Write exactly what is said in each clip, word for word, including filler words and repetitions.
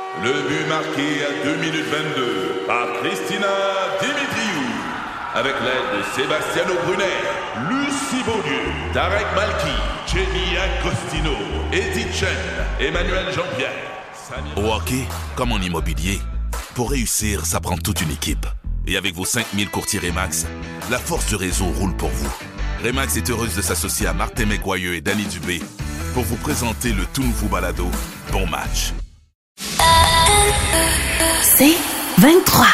Le but marqué à deux minutes vingt-deux par Christina Dimitriou. Avec l'aide de Sebastiano Brunet, Lucie Beaulieu, Tarek Malki, Jenny Agostino, Eddie Chen, Emmanuel Jean-Pierre. Samir... Au hockey, comme en immobilier, pour réussir, ça prend toute une équipe. Et avec vos cinq mille courtiers Remax, la force du réseau roule pour vous. Remax est heureuse de s'associer à Martin McGuire et Danny Dubé pour vous présenter le tout nouveau balado Bon Match. C'est vingt-trois.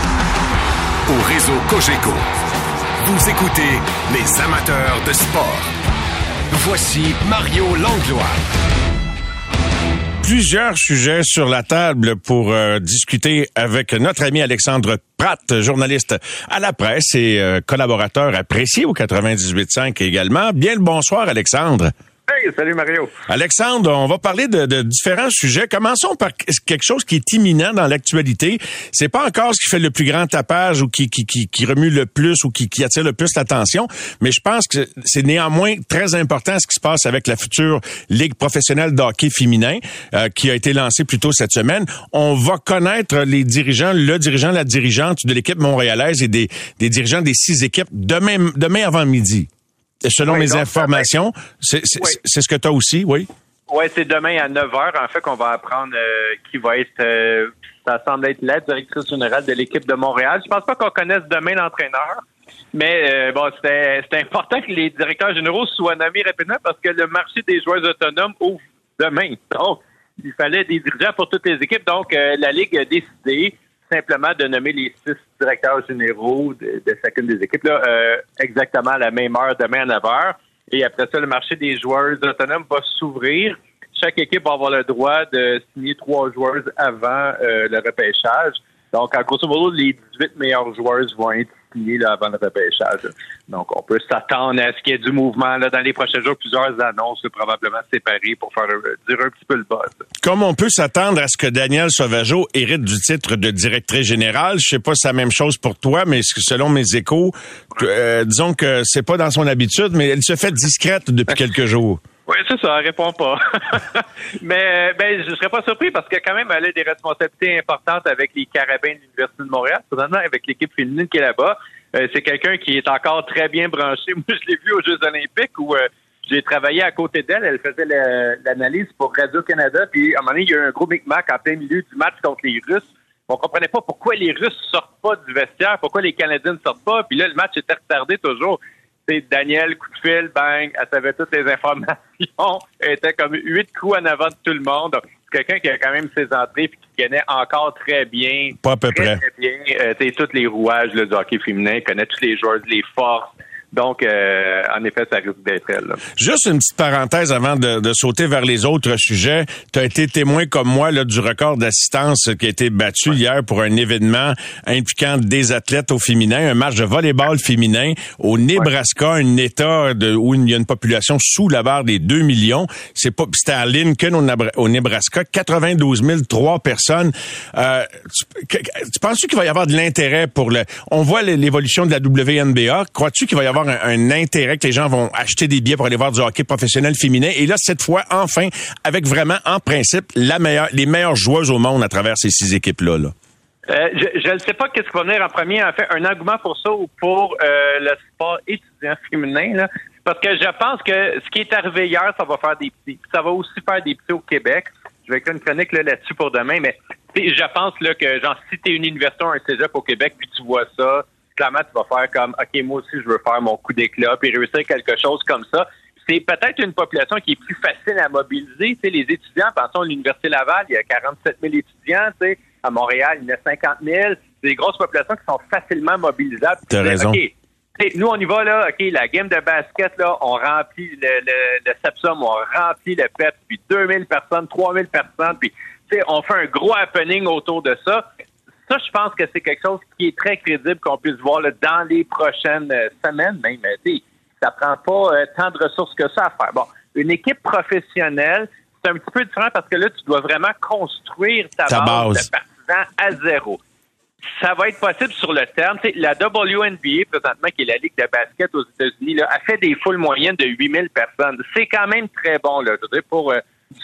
Au réseau Cogeco, vous écoutez les amateurs de sport. Voici Mario Langlois. Plusieurs sujets sur la table pour euh, discuter avec notre ami Alexandre Pratt, journaliste à la presse et euh, collaborateur apprécié au quatre-vingt-dix-huit cinq également. Bien le bonsoir, Alexandre. Hey, salut Mario. Alexandre, on va parler de, de différents sujets. Commençons par quelque chose qui est imminent dans l'actualité. C'est pas encore ce qui fait le plus grand tapage ou qui, qui, qui, qui remue le plus ou qui, qui attire le plus l'attention, mais je pense que c'est néanmoins très important ce qui se passe avec la future Ligue professionnelle de hockey féminin euh, qui a été lancée plus tôt cette semaine. On va connaître les dirigeants, le dirigeant, la dirigeante de l'équipe montréalaise et des, des dirigeants des six équipes demain, demain avant midi. Selon oui, mes donc, informations, c'est, c'est, oui. c'est ce que tu as aussi, oui? Oui, c'est demain à neuf heures, en fait, qu'on va apprendre euh, qui va être, euh, ça semble être la directrice générale de l'équipe de Montréal. Je pense pas qu'on connaisse demain l'entraîneur, mais euh, bon, c'était, c'était important que les directeurs généraux soient nommés rapidement parce que le marché des joueurs autonomes ouvre demain. Donc, il fallait des dirigeants pour toutes les équipes. Donc, euh, la Ligue a décidé simplement de nommer les six directeurs généraux de, de chacune des équipes, là, euh, exactement à la même heure, demain à neuf heures. Et après ça, le marché des joueurs autonomes va s'ouvrir. Chaque équipe va avoir le droit de signer trois joueurs avant euh, le repêchage. Donc, en grosso modo, les dix-huit meilleurs joueurs vont être signés là, avant le repêchage. Donc, on peut s'attendre à ce qu'il y ait du mouvement là, dans les prochains jours, plusieurs annonces là, probablement séparées pour faire euh, dire un petit peu le buzz. Comme on peut s'attendre à ce que Danielle Sauvageau hérite du titre de directrice générale, je sais pas si c'est la même chose pour toi, mais selon mes échos, euh, disons que c'est pas dans son habitude, mais elle se fait discrète depuis quelques jours. Oui, c'est ça, elle répond pas. Mais ben, je serais pas surpris parce que quand même, elle a des responsabilités importantes avec les Carabins de l'Université de Montréal, notamment avec l'équipe féminine qui est là-bas. Euh, c'est quelqu'un qui est encore très bien branché. Moi, je l'ai vu aux Jeux olympiques où euh, j'ai travaillé à côté d'elle. Elle faisait le, l'analyse pour Radio-Canada. Puis, à un moment donné, il y a eu un gros micmac en plein milieu du match contre les Russes. On comprenait pas pourquoi les Russes sortent pas du vestiaire, pourquoi les Canadiens ne sortent pas. Puis là, le match était retardé toujours. C'est Daniel, coup de fil, bang, elle savait toutes les informations. Elle était comme huit coups en avant de tout le monde. Donc, c'est quelqu'un qui a quand même ses entrées et qui connaît encore très bien. Pas à peu très, près. Très bien. Euh, tous les rouages là, du hockey féminin, connaît tous les joueurs, les forces. Donc, euh, en effet, ça risque d'être elle. Là. Juste une petite parenthèse avant de, de sauter vers les autres sujets. Tu as été témoin comme moi là, du record d'assistance qui a été battu ouais. hier pour un événement impliquant des athlètes au féminin, un match de volleyball féminin au Nebraska, ouais. un État de, où il y a une population sous la barre des deux millions. C'est pas, c'était à Lincoln au, au Nebraska, quatre-vingt-douze mille trois personnes. Euh, tu, tu penses-tu qu'il va y avoir de l'intérêt pour le... On voit l'évolution de la W N B A. Crois-tu qu'il va y avoir Un, un intérêt que les gens vont acheter des billets pour aller voir du hockey professionnel féminin? Et là, cette fois, enfin, avec vraiment, en principe, la meilleure, les meilleures joueuses au monde à travers ces six équipes-là. Là. Euh, je ne sais pas qu'est-ce qui va venir en premier. En fait, un argument pour ça ou pour euh, le sport étudiant féminin, là, parce que je pense que ce qui est arrivé hier, ça va faire des petits. Ça va aussi faire des petits au Québec. Je vais écrire une chronique là, là-dessus pour demain, mais je pense là, que genre si tu es une université ou un cégep au Québec, puis tu vois ça, clairement, tu vas faire comme, OK, moi aussi, je veux faire mon coup d'éclat, puis réussir quelque chose comme ça. C'est peut-être une population qui est plus facile à mobiliser. Tu sais, les étudiants, pensons à l'Université Laval, il y a quarante-sept mille étudiants. Tu sais, à Montréal, il y en a cinquante mille. C'est des grosses populations qui sont facilement mobilisables. T'as raison. OK, nous, on y va, là. OK, la game de basket, là, on remplit le, le, le Sepsum, on remplit le P E P, puis deux mille personnes, trois mille personnes, puis, tu sais, on fait un gros happening autour de ça. Ça, je pense que c'est quelque chose qui est très crédible qu'on puisse voir là, dans les prochaines euh, semaines. Même, tu sais, ça prend pas euh, tant de ressources que ça à faire. Bon, une équipe professionnelle, c'est un petit peu différent parce que là, tu dois vraiment construire ta, ta base, base de partisans à zéro. Ça va être possible sur le terme. Tu sais, la W N B A, présentement, qui est la Ligue de basket aux États-Unis, là, a fait des foules moyennes de huit mille personnes. C'est quand même très bon, là, je veux dire, pour euh, du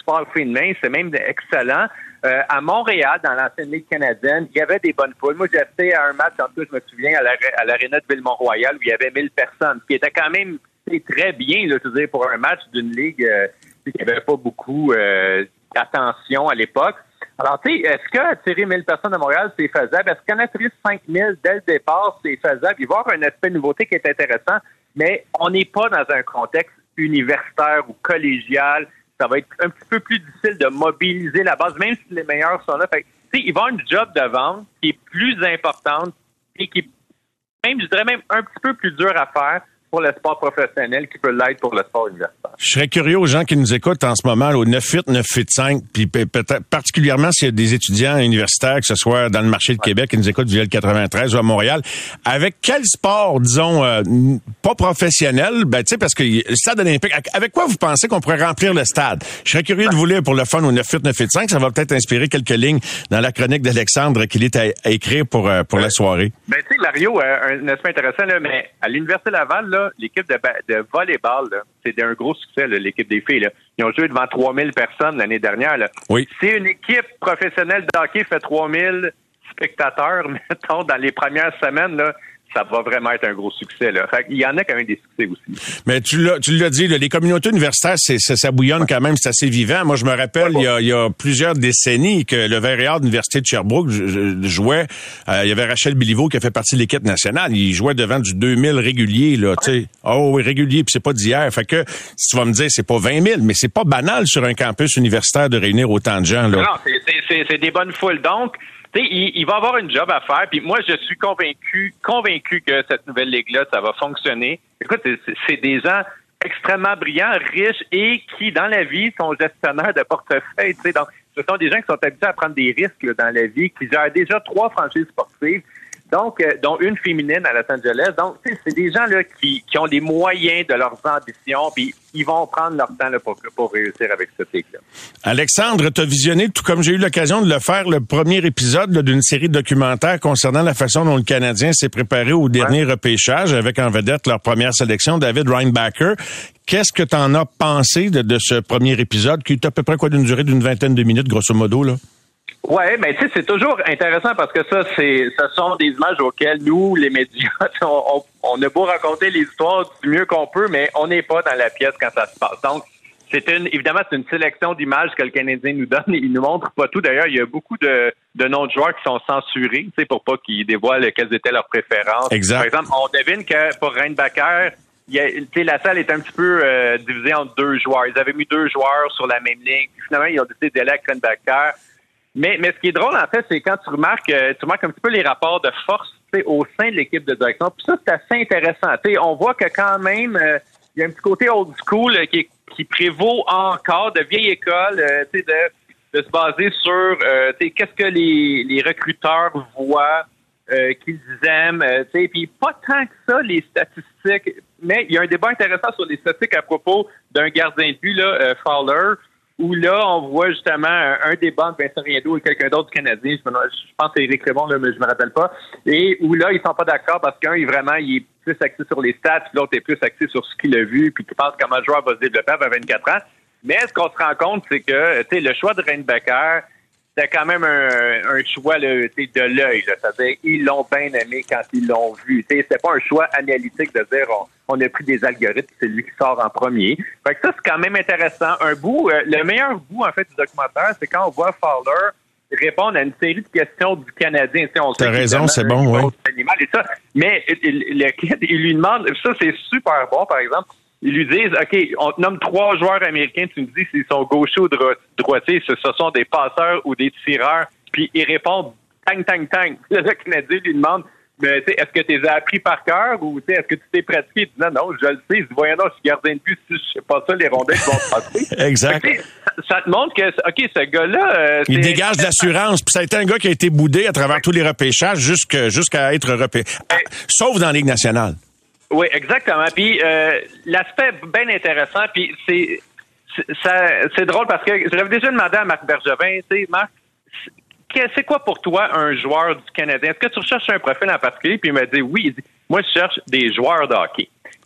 sport fait de main, c'est même excellent. Euh, à Montréal, dans l'ancienne Ligue canadienne, il y avait des bonnes foules. Moi, j'ai assisté à un match, en tout cas, je me souviens, à, la, à l'aréna de Ville-Mont-Royal, où il y avait mille personnes, ce qui était quand même très bien, là, je veux dire, pour un match d'une ligue euh, qui n'avait pas beaucoup euh, d'attention à l'époque. Alors, tu sais, est-ce que attirer mille personnes à Montréal, c'est faisable? Est-ce qu'en attirer cinq mille dès le départ, c'est faisable? Il va y avoir un aspect de nouveauté qui est intéressant, mais on n'est pas dans un contexte universitaire ou collégial. Ça va être un petit peu plus difficile de mobiliser la base, même si les meilleurs sont là. Fait que, tu sais, il va y avoir une job de vente qui est plus importante et qui est même, je dirais même, un petit peu plus dur à faire pour le sport professionnel qui peut l'être pour le sport universitaire. Je serais curieux aux gens qui nous écoutent en ce moment là, au neuf huit neuf huit cinq, puis peut-être particulièrement s'il y a des étudiants universitaires, que ce soit dans le marché de ouais. Québec, qui nous écoutent via le quatre-vingt-treize ou à Montréal, avec quel sport, disons, euh, pas professionnel, ben tu sais, parce que le stade olympique, avec quoi vous pensez qu'on pourrait remplir le stade? Je serais curieux de vous lire pour le fun au neuf huit neuf huit cinq, ça va peut-être inspirer quelques lignes dans la chronique d'Alexandre qu'il est à, à écrire pour, euh, pour ouais. la soirée. Ben tu sais, Mario, euh, un aspect intéressant, là, mais à l'Université Laval, là, l'équipe de, de volleyball, là, c'est un gros succès, là, l'équipe des filles. Là. Ils ont joué devant trois mille personnes l'année dernière. Là. Oui. Si une équipe professionnelle de hockey fait trois mille spectateurs, mettons, dans les premières semaines, là, ça va vraiment être un gros succès. Là. Fait qu'il y en a quand même des succès aussi. Mais tu l'as, tu l'as dit, là, les communautés universitaires, c'est, ça, ça bouillonne quand même, c'est assez vivant. Moi, je me rappelle, ouais, il, y a, il y a plusieurs décennies que le Vert-et-Or de l'Université de Sherbrooke jouait. Euh, il y avait Rachel Béliveau qui a fait partie de l'équipe nationale. Il jouait devant du deux mille régulier, là, tu sais. Oh oui, régulier, puis c'est pas d'hier. Fait que, si tu vas me dire, c'est pas vingt mille, mais c'est pas banal sur un campus universitaire de réunir autant de gens, là. Non, c'est, c'est, c'est, c'est des bonnes foules. Donc, tu sais, il, il va avoir une job à faire. Puis moi, je suis convaincu, convaincu que cette nouvelle ligue-là, ça va fonctionner. Écoute, c'est, c'est des gens extrêmement brillants, riches et qui, dans la vie, sont gestionnaires de portefeuille. Tu sais, donc, ce sont des gens qui sont habitués à prendre des risques là, dans la vie, qui gèrent déjà trois franchises sportives, donc, euh, dont une féminine à Los Angeles. Donc, tu sais, c'est des gens là qui, qui ont les moyens de leurs ambitions, puis ils vont prendre leur temps là, pour, pour réussir avec cette ligue-là. Alexandre, tu as visionné, tout comme j'ai eu l'occasion de le faire, le premier épisode là, d'une série de documentaires concernant la façon dont le Canadien s'est préparé au dernier ouais. repêchage, avec en vedette leur première sélection, David Reinbacher. Qu'est-ce que tu en as pensé de, de ce premier épisode, qui est à peu près quoi d'une durée d'une vingtaine de minutes, grosso modo, là? Ouais, mais tu sais, c'est toujours intéressant parce que ça, c'est, ce sont des images auxquelles nous, les médias, on, on, on a beau raconter les histoires du mieux qu'on peut, mais on n'est pas dans la pièce quand ça se passe. Donc, c'est une, évidemment, c'est une sélection d'images que le Canadien nous donne. Il nous montre pas tout. D'ailleurs, il y a beaucoup de, de noms de joueurs qui sont censurés, tu sais, pour pas qu'ils dévoilent quelles étaient leurs préférences. Exact. Par exemple, on devine que pour Reinbacher, il y a, tu sais, la salle est un petit peu euh, divisée entre deux joueurs. Ils avaient mis deux joueurs sur la même ligne. Puis finalement, ils ont décidé d'aller avec Reinbacher. Mais, mais ce qui est drôle, en fait, c'est quand tu remarques, euh, tu remarques un petit peu les rapports de force au sein de l'équipe de direction. Puis ça, c'est assez intéressant. T'sais, on voit que quand même, euh, il y a un petit côté old school euh, qui, qui prévaut encore, de vieille école, euh, de, de se baser sur euh, qu'est-ce que les, les recruteurs voient, euh, qu'ils aiment. Euh, puis pas tant que ça, les statistiques. Mais il y a un débat intéressant sur les statistiques à propos d'un gardien de but, là, euh, Fowler, où là, on voit justement un, un débat entre Vincent Riendo et quelqu'un d'autre du Canadien. Je, me, je pense que c'est Éric Raymond, là, mais je me rappelle pas. Et où là, ils sont pas d'accord parce qu'un, il, vraiment, il est plus axé sur les stats, puis l'autre est plus axé sur ce qu'il a vu, puis qui pense comment le joueur va se développer à vingt-quatre ans. Mais ce qu'on se rend compte, c'est que, tu sais, le choix de Reinbacher, c'était quand même un, un choix là, de l'œil. Là. C'est-à-dire, ils l'ont bien aimé quand ils l'ont vu. T'sais, c'était pas un choix analytique de dire on, on a pris des algorithmes, c'est lui qui sort en premier. Fait que ça, c'est quand même intéressant. Un bout, euh, le meilleur bout, en fait, du documentaire, c'est quand on voit Fowler répondre à une série de questions du Canadien. T'sais, on T'as raison, c'est bon, oui. Animal et ça. Mais le kid, il lui demande, ça, c'est super bon, par exemple. Ils lui disent, OK, on te nomme trois joueurs américains, tu me dis s'ils sont gauchers ou dro- droitiers, ce, ce sont des passeurs ou des tireurs. Puis ils répondent, tang, tang, tang. Le Canadien lui demande, mais tu sais, est-ce que tu les as appris par cœur ou tu sais, est-ce que tu t'es pratiqué? Il dit, non, non, je le sais. Il dit, voyons, non, je suis gardien de but, si je sais pas ça, les rondelles vont passer. Exact. Fait que, ça te montre que, OK, ce gars-là... Euh, il dégage de l'assurance. Puis ça a été un gars qui a été boudé à travers tous les repêchages jusqu'à, jusqu'à être repêché. Ah, sauf dans la Ligue nationale. Oui, exactement. Puis euh, l'aspect bien intéressant, puis c'est, c'est ça, c'est drôle parce que je l'avais déjà demandé à Marc Bergevin, tu sais, Marc, c'est quoi pour toi un joueur du Canadien? Est-ce que tu recherches un profil en particulier? Puis il m'a dit oui. Il dit, moi, je cherche des joueurs de hockey.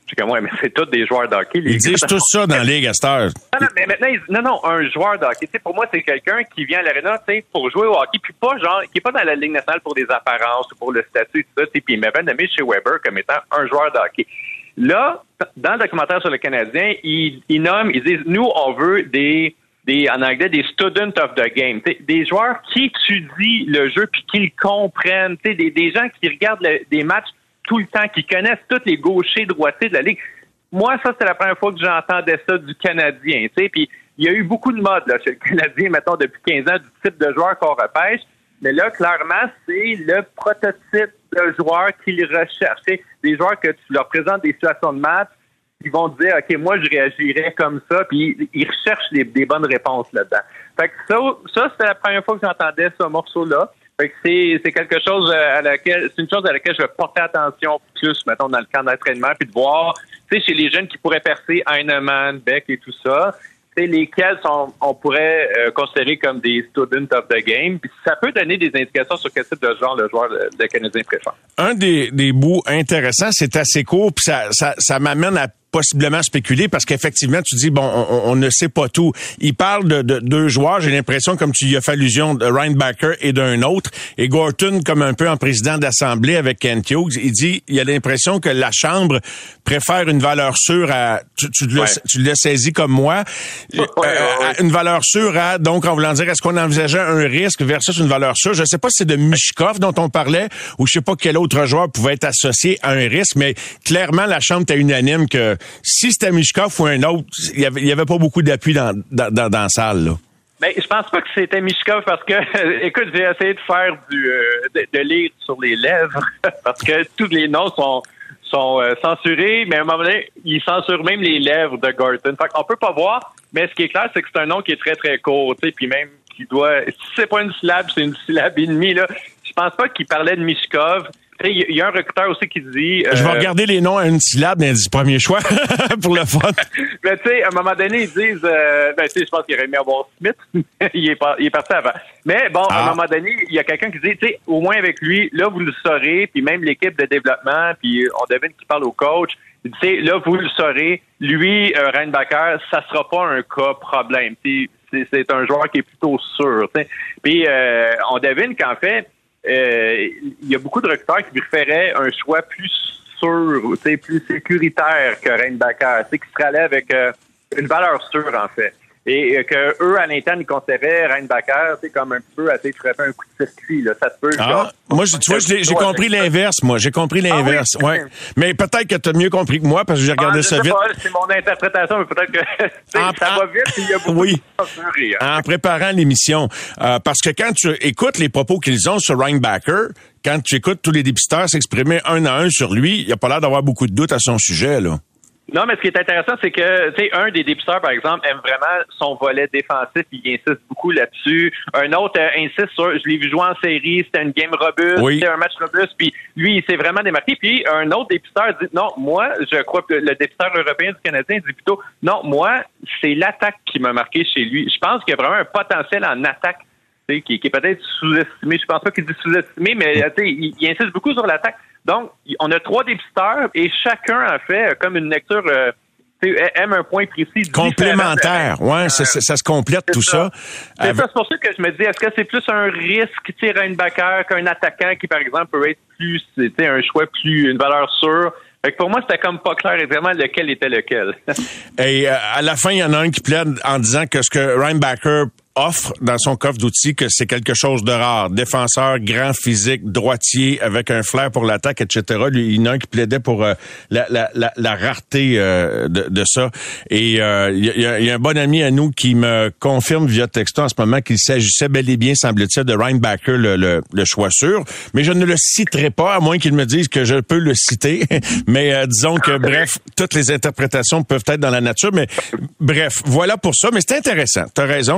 Je suis comme, ouais, mais c'est tous des joueurs de hockey. Ils disent tous ça dans la Ligue à cette heure. Non, non, mais maintenant, ils, non, non, un joueur de hockey. T'sais, pour moi, c'est quelqu'un qui vient à l'aréna pour jouer au hockey, puis pas genre, qui est pas dans la Ligue nationale pour des apparences ou pour le statut, tout ça. Puis il m'avait nommé chez Weber comme étant un joueur de hockey. Là, dans le documentaire sur le Canadien, ils, ils nomment, ils disent, nous, on veut des, des, en anglais, des students of the game. T'sais, des joueurs qui étudient le jeu puis qui le comprennent. T'sais, des, des gens qui regardent le, des matchs tout le temps, qui connaissent tous les gauchers, droitiers de la Ligue. Moi, ça, c'est la première fois que j'entendais ça du Canadien, tu sais. Puis, il y a eu beaucoup de modes, là, chez le Canadien, mettons, depuis quinze ans, du type de joueur qu'on repêche. Mais là, clairement, c'est le prototype de joueur qu'ils recherchent. T'sais, des joueurs que tu leur présentes des situations de match, ils vont te dire, OK, moi, je réagirais comme ça, puis ils recherchent les, des bonnes réponses là-dedans. Fait que ça, ça, c'était la première fois que j'entendais ce morceau-là. Fait que c'est, c'est quelque chose à laquelle, c'est une chose à laquelle je vais porter attention plus, mettons, dans le camp d'entraînement, puis de voir, tu sais, chez les jeunes qui pourraient percer, Heinemann, Beck et tout ça, tu sais, lesquels sont, on pourrait euh, considérer comme des students of the game, puis ça peut donner des indications sur quel type de genre le joueur le, le Canadien préfère. Un des, des bouts intéressants, c'est assez court, puis ça, ça, ça m'amène à possiblement spéculer parce qu'effectivement, tu dis, bon, on, on ne sait pas tout. Il parle de, de deux joueurs, j'ai l'impression, comme tu y as fait allusion, de Reinbacher et d'un autre, et Gorton comme un peu en président d'Assemblée avec Kent Hughes. Il dit, il a l'impression que la Chambre préfère une valeur sûre à, tu, tu, l'as, ouais. tu l'as saisi comme moi, ouais, euh, ouais, ouais. À une valeur sûre à, donc en voulant dire, est-ce qu'on envisageait un risque versus une valeur sûre? Je ne sais pas si c'est de Michkov dont on parlait, ou je sais pas quel autre joueur pouvait être associé à un risque, mais clairement, la Chambre était unanime que si c'était Michkov ou un autre, il y avait, il y avait pas beaucoup d'appui dans, dans, dans, dans la salle, là. Ben, je pense pas que c'était Michkov parce que, écoute, j'ai essayé de faire du, euh, de, de lire sur les lèvres parce que tous les noms sont, sont euh, censurés, mais à un moment donné, ils censurent même les lèvres de Gorton. Fait qu'on peut pas voir, mais ce qui est clair, c'est que c'est un nom qui est très, très court, tu sais, puis même qui doit, si c'est pas une syllabe, c'est une syllabe et demie, là. Je pense pas qu'il parlait de Michkov. Il y a un recruteur aussi qui dit... Euh, je vais regarder les noms à une syllabe dans les dix premiers choix pour le fun. Mais tu sais, à un moment donné, ils disent... Euh, ben tu sais, je pense qu'il aurait aimé avoir Smith. il, est pas, il est parti avant. Mais bon, ah. à un moment donné, il y a quelqu'un qui dit, tu sais, au moins avec lui, là, vous le saurez, puis même l'équipe de développement, puis on devine qui parle au coach, tu sais, là, vous le saurez, lui, euh, Reinbacher, ça sera pas un cas problème. C'est, c'est un joueur qui est plutôt sûr. T'sais. Puis euh, on devine qu'en fait, Euh, il y a beaucoup de recruteurs qui préféraient un choix plus sûr, plus sécuritaire que Reinbacher, qui serait allé avec euh, une valeur sûre, en fait. Et euh, que eux, à l'interne, ils considéraient Reinbacher comme un peu à frapper un coup de circuit. Là. Ça se peut. Ah, genre, moi, je, tu vois, j'ai, j'ai compris l'inverse, moi. J'ai compris l'inverse. Ah, oui? Ouais. Mais peut-être que tu as mieux compris que moi parce que j'ai regardé ah, ça vite. Pas, c'est mon interprétation, mais peut-être que en, ça en, va vite et il y a beaucoup oui, de censurés, hein. En préparant l'émission. Euh, parce que quand tu écoutes les propos qu'ils ont sur Reinbacher, quand tu écoutes tous les dépisteurs s'exprimer un à un sur lui, il n'y a pas l'air d'avoir beaucoup de doutes à son sujet, là. Non, mais ce qui est intéressant, c'est que, tu sais, un des dépisteurs, par exemple, aime vraiment son volet défensif, il insiste beaucoup là-dessus. Un autre euh, insiste sur, je l'ai vu jouer en série, c'était une game robuste, oui. C'était un match robuste, puis lui, il s'est vraiment démarqué. Puis un autre dépisteur dit, non, moi, je crois que le dépisteur européen du Canadien dit plutôt, non, moi, c'est l'attaque qui m'a marqué chez lui. Je pense qu'il y a vraiment un potentiel en attaque, tu sais, qui, qui est peut-être sous-estimé. Je pense pas qu'il dit sous-estimé, mais, tu sais, il, il insiste beaucoup sur l'attaque. Donc, on a trois dépisteurs et chacun en fait comme une lecture euh, aime un point précis. Complémentaire, ouais, c'est, c'est, ça se complète c'est tout ça. ça. C'est, Avec... ça, c'est pour ça que je me dis, est-ce que c'est plus un risque, tu sais, Reinbacher qu'un attaquant qui, par exemple, peut être plus, tu sais, un choix plus, une valeur sûre. Fait que pour moi, c'était comme pas clair exactement lequel était lequel. Et euh, à la fin, il y en a un qui plaide en disant que ce que Reinbacher offre dans son coffre d'outils, que c'est quelque chose de rare. Défenseur, grand physique, droitier, avec un flair pour l'attaque, et cetera. Lui, il y en a un qui plaidait pour euh, la, la, la, la rareté euh, de, de ça. Et euh, il y a, y a un bon ami à nous qui me confirme via texto en ce moment qu'il s'agissait bel et bien, semble-t-il, de Reinbacher, le, le, le choix sûr. Mais je ne le citerai pas, à moins qu'il me dise que je peux le citer. Mais euh, disons que, bref, toutes les interprétations peuvent être dans la nature. Mais bref, voilà pour ça. Mais c'est intéressant. Tu as raison, ça nous donne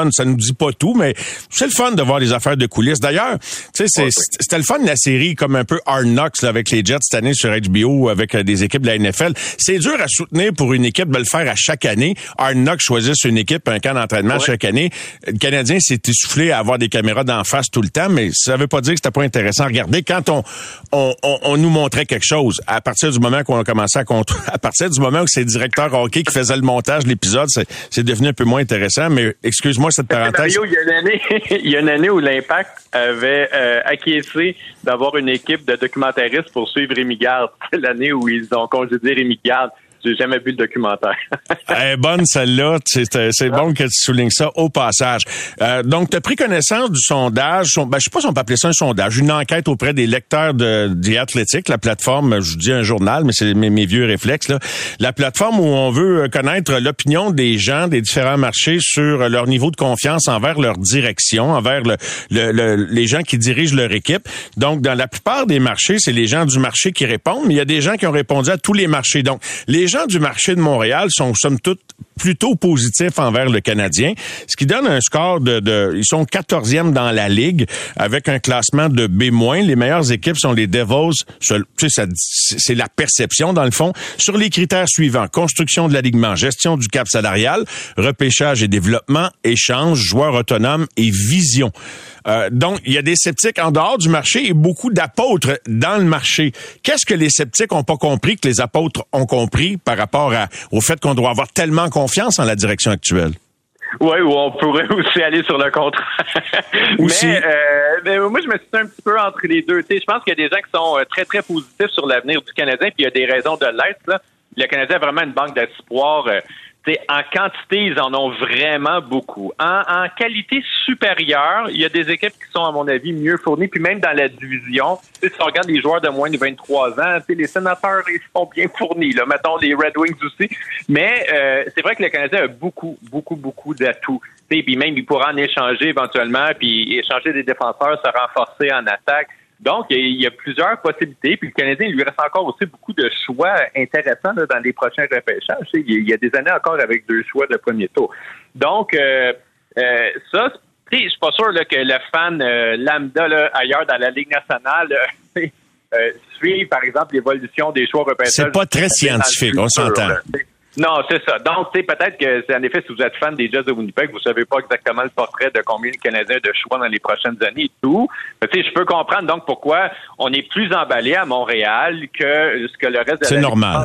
Ça nous dit pas tout, mais c'est le fun de voir les affaires de coulisses. D'ailleurs, tu sais, c'est, ouais, c'était le fun de la série comme un peu Hard Knocks là, avec les Jets cette année sur H B O avec euh, des équipes de la N F L. C'est dur à soutenir pour une équipe de le faire à chaque année. Hard Knocks choisissent une équipe, un camp d'entraînement ouais. chaque année. Le Canadien s'est essoufflé à avoir des caméras d'en face tout le temps, mais ça veut pas dire que c'était pas intéressant à regarder. Quand on, on, on, on nous montrait quelque chose, à partir du moment qu'on a commencé à contre... à partir du moment où c'est le directeur hockey qui faisait le montage de l'épisode, c'est, c'est devenu un peu moins intéressant, mais excuse-moi cette parenthèse. Mario, il y a une année, il y a une année où l'Impact avait euh, acquiescé d'avoir une équipe de documentaristes pour suivre Rémi Garde. C'est l'année où ils ont congédié Rémi Garde. J'ai jamais vu le documentaire. Elle est bonne, celle-là. C'est, c'est bon que tu soulignes ça au passage. Euh, donc, tu as pris connaissance du sondage. Son, ben, je sais pas si on peut appeler ça un sondage. Une enquête auprès des lecteurs de The Athletic, la plateforme, je dis un journal, mais c'est mes, mes vieux réflexes, là. La plateforme où on veut connaître l'opinion des gens des différents marchés sur leur niveau de confiance envers leur direction, envers le, le, le, les gens qui dirigent leur équipe. Donc, dans la plupart des marchés, c'est les gens du marché qui répondent, mais il y a des gens qui ont répondu à tous les marchés. Donc, les Les gens du marché de Montréal sont, somme toute, plutôt positifs envers le Canadien, ce qui donne un score de... de ils sont quatorzième dans la Ligue, avec un classement de B-. Les meilleures équipes sont les Devils. Tu sais, ça, c'est la perception, dans le fond. Sur les critères suivants, construction de l'alignement, gestion du cap salarial, repêchage et développement, échange, joueurs autonomes et vision. Euh, donc, il y a des sceptiques en dehors du marché et beaucoup d'apôtres dans le marché. Qu'est-ce que les sceptiques ont pas compris que les apôtres ont compris par rapport à, au fait qu'on doit avoir tellement confiance en la direction actuelle? Oui, ou on pourrait aussi aller sur le contraire. Aussi. Mais, euh, mais moi, je me situe un petit peu entre les deux. Tu sais, je pense qu'il y a des gens qui sont très, très positifs sur l'avenir du Canadien, puis il y a des raisons de l'être, là. Le Canadien a vraiment une banque d'espoir. Euh, T'sais, en quantité, ils en ont vraiment beaucoup. En, en qualité supérieure, il y a des équipes qui sont, à mon avis, mieux fournies. Puis même dans la division, si on regarde les joueurs de moins de vingt-trois ans, les Sénateurs, ils sont bien fournis. Là, mettons les Red Wings aussi. Mais euh, c'est vrai que le Canadien a beaucoup, beaucoup, beaucoup d'atouts. T'sais, puis même, il pourra en échanger éventuellement, puis échanger des défenseurs, se renforcer en attaque. Donc, il y a plusieurs possibilités. Puis le Canadien, il lui reste encore aussi beaucoup de choix intéressants là, dans les prochains repêchages. Il y a des années encore avec deux choix de premier tour. Donc, euh, euh, ça, je suis pas sûr là, que le fan euh, lambda là, ailleurs dans la Ligue nationale euh, euh, suive, par exemple, l'évolution des choix repêchages. C'est pas très scientifique, on s'entend. Là, non, c'est ça. Donc, tu sais, peut-être que c'est en effet, si vous êtes fan des Jets de Winnipeg, vous savez pas exactement le portrait de combien le Canadien a de choix dans les prochaines années et tout. Tu sais, je peux comprendre donc pourquoi on est plus emballé à Montréal que ce que le reste de c'est la normal.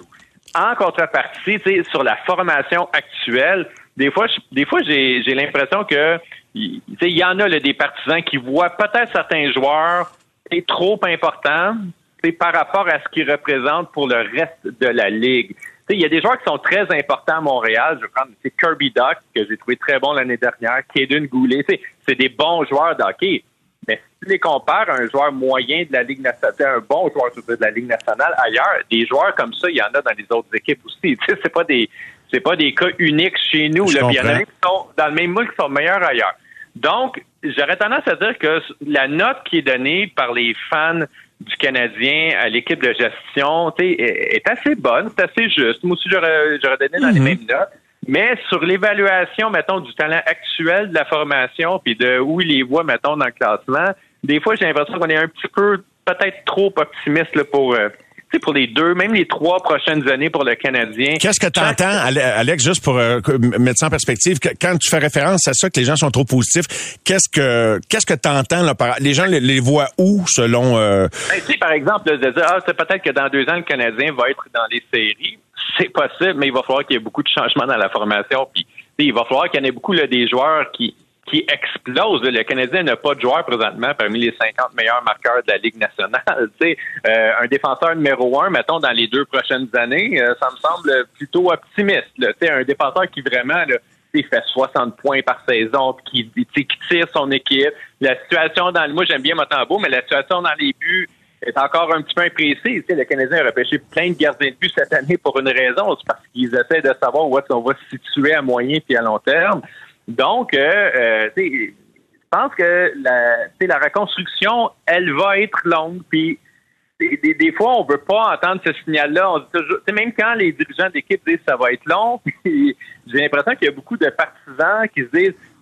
En contrepartie, tu sais, sur la formation actuelle, des fois, je, des fois, j'ai, j'ai l'impression que, tu sais, il y en a là, des partisans qui voient peut-être certains joueurs c'est trop importants, tu sais, par rapport à ce qu'ils représentent pour le reste de la Ligue. Il y a des joueurs qui sont très importants à Montréal. Je vais prendre c'est Kirby Dach, que j'ai trouvé très bon l'année dernière, Kaden Goulet. T'sais, c'est des bons joueurs de hockey. Mais si tu les compares à un joueur moyen de la Ligue nationale, un bon joueur de la Ligue nationale ailleurs, des joueurs comme ça, il y en a dans les autres équipes aussi. T'sais, c'est pas des c'est pas des cas uniques chez nous. Là. Il y en a qui sont dans le même moule qui sont meilleurs ailleurs. Donc, j'aurais tendance à dire que la note qui est donnée par les fans du Canadien à l'équipe de gestion, tu sais, est assez bonne, c'est assez juste. Moi aussi, j'aurais, j'aurais donné dans mm-hmm. les mêmes notes. Mais sur l'évaluation, mettons, du talent actuel de la formation, puis de où ils les voient, mettons, dans le classement, des fois, j'ai l'impression qu'on est un petit peu, peut-être trop optimiste là, pour... Euh, pour les deux, même les trois prochaines années pour le Canadien. Qu'est-ce que tu entends, Alex, juste pour euh, mettre ça en perspective, que, quand tu fais référence à ça, que les gens sont trop positifs, qu'est-ce que qu'est-ce que tu entends là, par, les gens les, les voient où, selon... Euh... Ben, tu sais, par exemple, là, de dire, ah, c'est peut-être que dans deux ans, le Canadien va être dans les séries. C'est possible, mais il va falloir qu'il y ait beaucoup de changements dans la formation. Puis, il va falloir qu'il y en ait beaucoup là, des joueurs qui qui explose. Le Canadien n'a pas de joueur présentement parmi les cinquante meilleurs marqueurs de la Ligue nationale. Tu sais, euh, un défenseur numéro un, mettons, dans les deux prochaines années, euh, ça me semble plutôt optimiste. Tu sais, un défenseur qui vraiment là, fait soixante points par saison, qui, qui tire son équipe. La situation dans le... Moi, j'aime bien Montembeault, mais la situation dans les buts est encore un petit peu imprécise. Tu sais, le Canadien a repêché plein de gardiens de but cette année pour une raison. C'est parce qu'ils essaient de savoir où est-ce qu'on va se situer à moyen puis à long terme. Donc, euh, euh, je pense que la, la reconstruction, elle va être longue. Puis, des, des, des fois, on veut pas entendre ce signal-là. On dit toujours, même quand les dirigeants d'équipe disent que ça va être long, puis j'ai l'impression qu'il y a beaucoup de partisans qui se disent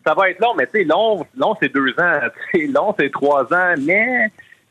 ça va être long, mais tu sais, long, long, c'est deux ans. C'est long, c'est trois ans, mais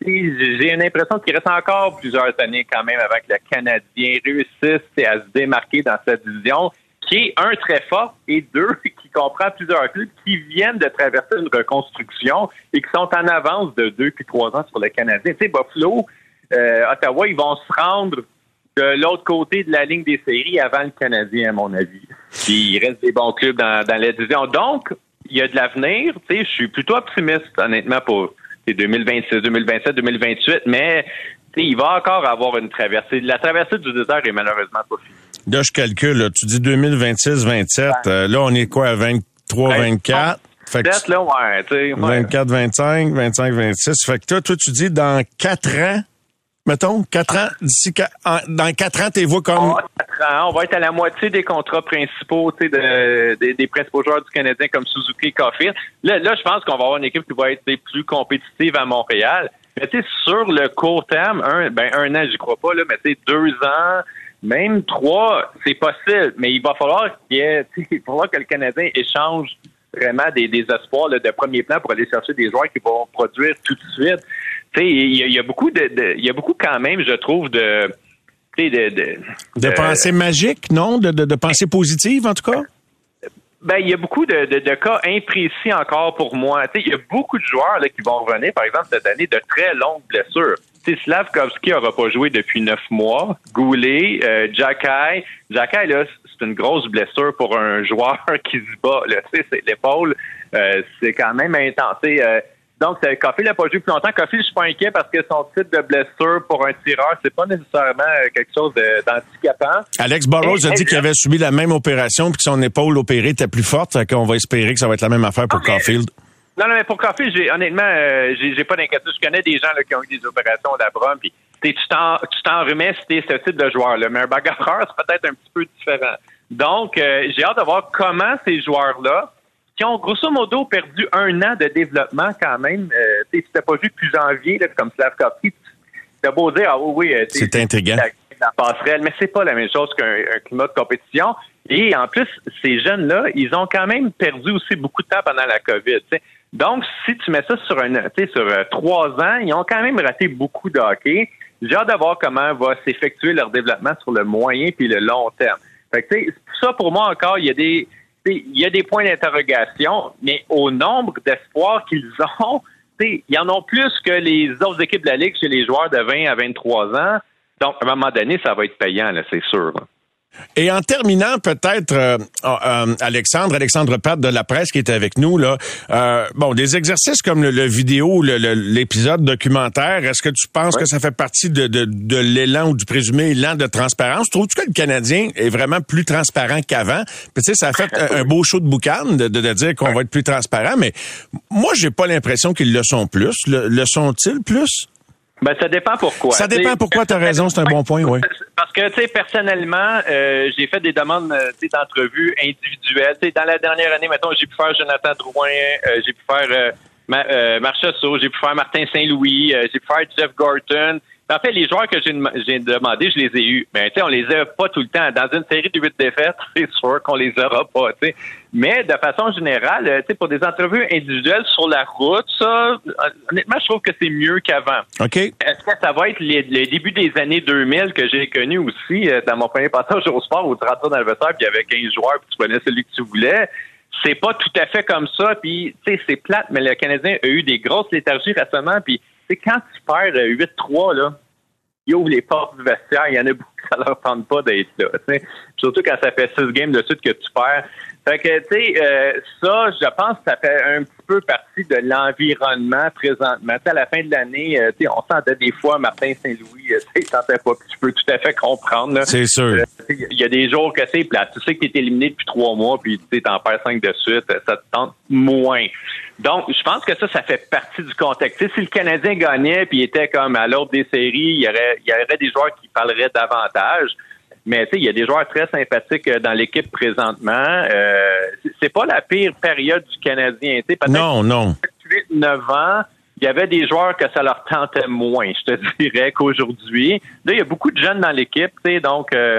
j'ai une impression qu'il reste encore plusieurs années quand même avant que le Canadien réussisse à se démarquer dans cette division, qui est un, très fort, et deux, qui comprend plusieurs clubs qui viennent de traverser une reconstruction et qui sont en avance de deux puis trois ans sur le Canadien. Tu sais, Buffalo, euh, Ottawa, ils vont se rendre de l'autre côté de la ligne des séries avant le Canadien, à mon avis. Puis il reste des bons clubs dans, dans la division. Donc, il y a de l'avenir. Tu sais, je suis plutôt optimiste, honnêtement, pour deux mille vingt-six, deux mille vingt-sept, deux mille vingt-huit, mais tu sais, il va encore avoir une traversée. La traversée du désert est malheureusement pas finie. Là, je calcule, là, tu dis deux mille vingt-six vingt-sept, ouais. euh, là, on est quoi, à vingt-trois vingt-quatre? Fait que là, ouais, tu sais. Ouais. vingt-quatre vingt-cinq, vingt-cinq vingt-six. Fait que toi, toi, tu dis dans quatre ans, mettons, quatre ans, d'ici, dans quatre ans, t'es vois comme... Ah, quatre ans, on va être à la moitié des contrats principaux, tu sais, de, des, des principaux joueurs du Canadien comme Suzuki et Caulfield. Là, là, je pense qu'on va avoir une équipe qui va être plus compétitive à Montréal. Mais tu sais, sur le court terme, un, ben, un an, j'y crois pas, là, mais tu sais, deux ans, même trois, c'est possible. Mais il va falloir qu'il y ait, il va falloir que le Canadien échange vraiment des, des espoirs là, de premier plan pour aller chercher des joueurs qui vont produire tout de suite. Tu sais, il y, y a beaucoup de, de, il y a beaucoup quand même, je trouve, de, tu sais, de, de, de, de pensées magiques, non, de, de, de pensées positives en tout cas. Ben, il y a beaucoup de, de, de cas imprécis encore pour moi. Tu sais, il y a beaucoup de joueurs là qui vont revenir, par exemple cette année, de très longues blessures. Tu sais, Slavkovski n'aura pas joué depuis neuf mois. Goulet, euh, Jacky, Jacky là, c'est une grosse blessure pour un joueur qui se bat. Là, tu sais, c'est l'épaule, euh, c'est quand même intense. Euh, Donc, Caulfield n'a pas joué plus longtemps. Caulfield, je suis pas inquiet parce que son type de blessure pour un tireur, c'est pas nécessairement quelque chose de, d'handicapant. Alex Burrows a dit qu'il avait subi la même opération puis que son épaule opérée était plus forte. Fait qu'on va espérer que ça va être la même affaire pour okay. Caulfield. Non, non, mais pour Caulfield, j'ai, honnêtement, euh, j'ai, j'ai pas d'inquiétude. Je connais des gens là, qui ont eu des opérations d'Abram, puis tu t'en, tu t'en remets si t'es ce type de joueur-là. Mais un bagarreur, c'est peut-être un petit peu différent. Donc, euh, j'ai hâte de voir comment ces joueurs-là, qui ont grosso modo perdu un an de développement quand même. Euh, tu t'as pas vu depuis janvier, là, comme Slavkovski, t'as beau dire, ah oui, oui, c'est intriguant. La, la passerelle, mais c'est pas la même chose qu'un un climat de compétition. Et en plus, ces jeunes-là, ils ont quand même perdu aussi beaucoup de temps pendant la COVID. T'sais. Donc, si tu mets ça sur un, sur euh, trois ans, ils ont quand même raté beaucoup de hockey. J'ai hâte de voir comment va s'effectuer leur développement sur le moyen puis le long terme. Fait que, ça, pour moi, encore, il y a des... Il y a des points d'interrogation, mais au nombre d'espoirs qu'ils ont, ils en ont plus que les autres équipes de la Ligue chez les joueurs de vingt à vingt-trois ans. Donc, à un moment donné, ça va être payant, là, c'est sûr. Là. Et en terminant, peut-être, euh, euh, Alexandre, Alexandre Pat de La Presse qui est avec nous, là, euh, bon, des exercices comme le, le vidéo, le, le, l'épisode documentaire, est-ce que tu penses oui. que ça fait partie de, de, de l'élan ou du présumé élan de transparence? Trouves-tu que le Canadien est vraiment plus transparent qu'avant? Puis, tu sais, ça a fait un, un beau show de boucan de, de, de dire qu'on oui. va être plus transparent, mais moi, j'ai pas l'impression qu'ils le sont plus. Le, le sont-ils plus? Ben, ça dépend pourquoi. Ça dépend t'sais, pourquoi, t'as raison, c'est un bon point, oui. Parce que, tu sais, personnellement, euh, j'ai fait des demandes d'entrevues individuelles. T'sais, dans la dernière année, mettons, j'ai pu faire Jonathan Drouin, euh, j'ai pu faire euh, Ma, euh, Marchessault, j'ai pu faire Martin Saint-Louis, euh, j'ai pu faire Jeff Gorton. En fait, les joueurs que j'ai, j'ai demandé, je les ai eus. Mais tu sais, on les a pas tout le temps. Dans une série de huit défaites, c'est sûr qu'on les aura pas, tu sais. Mais de façon générale, tu sais, pour des entrevues individuelles sur la route, ça, honnêtement, je trouve que c'est mieux qu'avant. OK. Est-ce que ça va être les, les débuts des années deux mille que j'ai connu aussi dans mon premier passage au sport où tu rentrais dans le vestiaire puis il y avait quinze joueurs puis tu prenais celui que tu voulais? C'est pas tout à fait comme ça. Puis, tu sais, c'est plate, mais le Canadien a eu des grosses léthargies récemment. Puis, tu sais, quand tu perds huit trois, là, ils ouvrent les portes du vestiaire. Il y en a beaucoup qui ça leur tente pas d'être là. T'sais. Surtout quand ça fait six games de suite que tu perds. Fait que, tu sais, euh, ça, je pense que ça fait un petit peu partie de l'environnement présentement. T'sais, à la fin de l'année, euh, tu sais, on sentait des fois Martin Saint-Louis, euh, tu sais, sentait pas. Puis tu peux tout à fait comprendre. Là. C'est sûr. Il euh, y a des jours que c'est plate. Tu sais que t'es éliminé depuis trois mois, puis tu sais, t'en perds cinq de suite. Ça te tente moins. Donc, je pense que ça, ça fait partie du contexte. T'sais, si le Canadien gagnait puis était comme à l'ordre des séries, il y aurait, il y aurait des joueurs qui parleraient davantage. Mais tu sais, il y a des joueurs très sympathiques dans l'équipe présentement. Euh, c'est pas la pire période du Canadien. Tu sais, peut-être non, non. huit neuf ans, il y avait des joueurs que ça leur tentait moins, je te dirais, qu'aujourd'hui. Là, il y a beaucoup de jeunes dans l'équipe, tu sais, donc euh,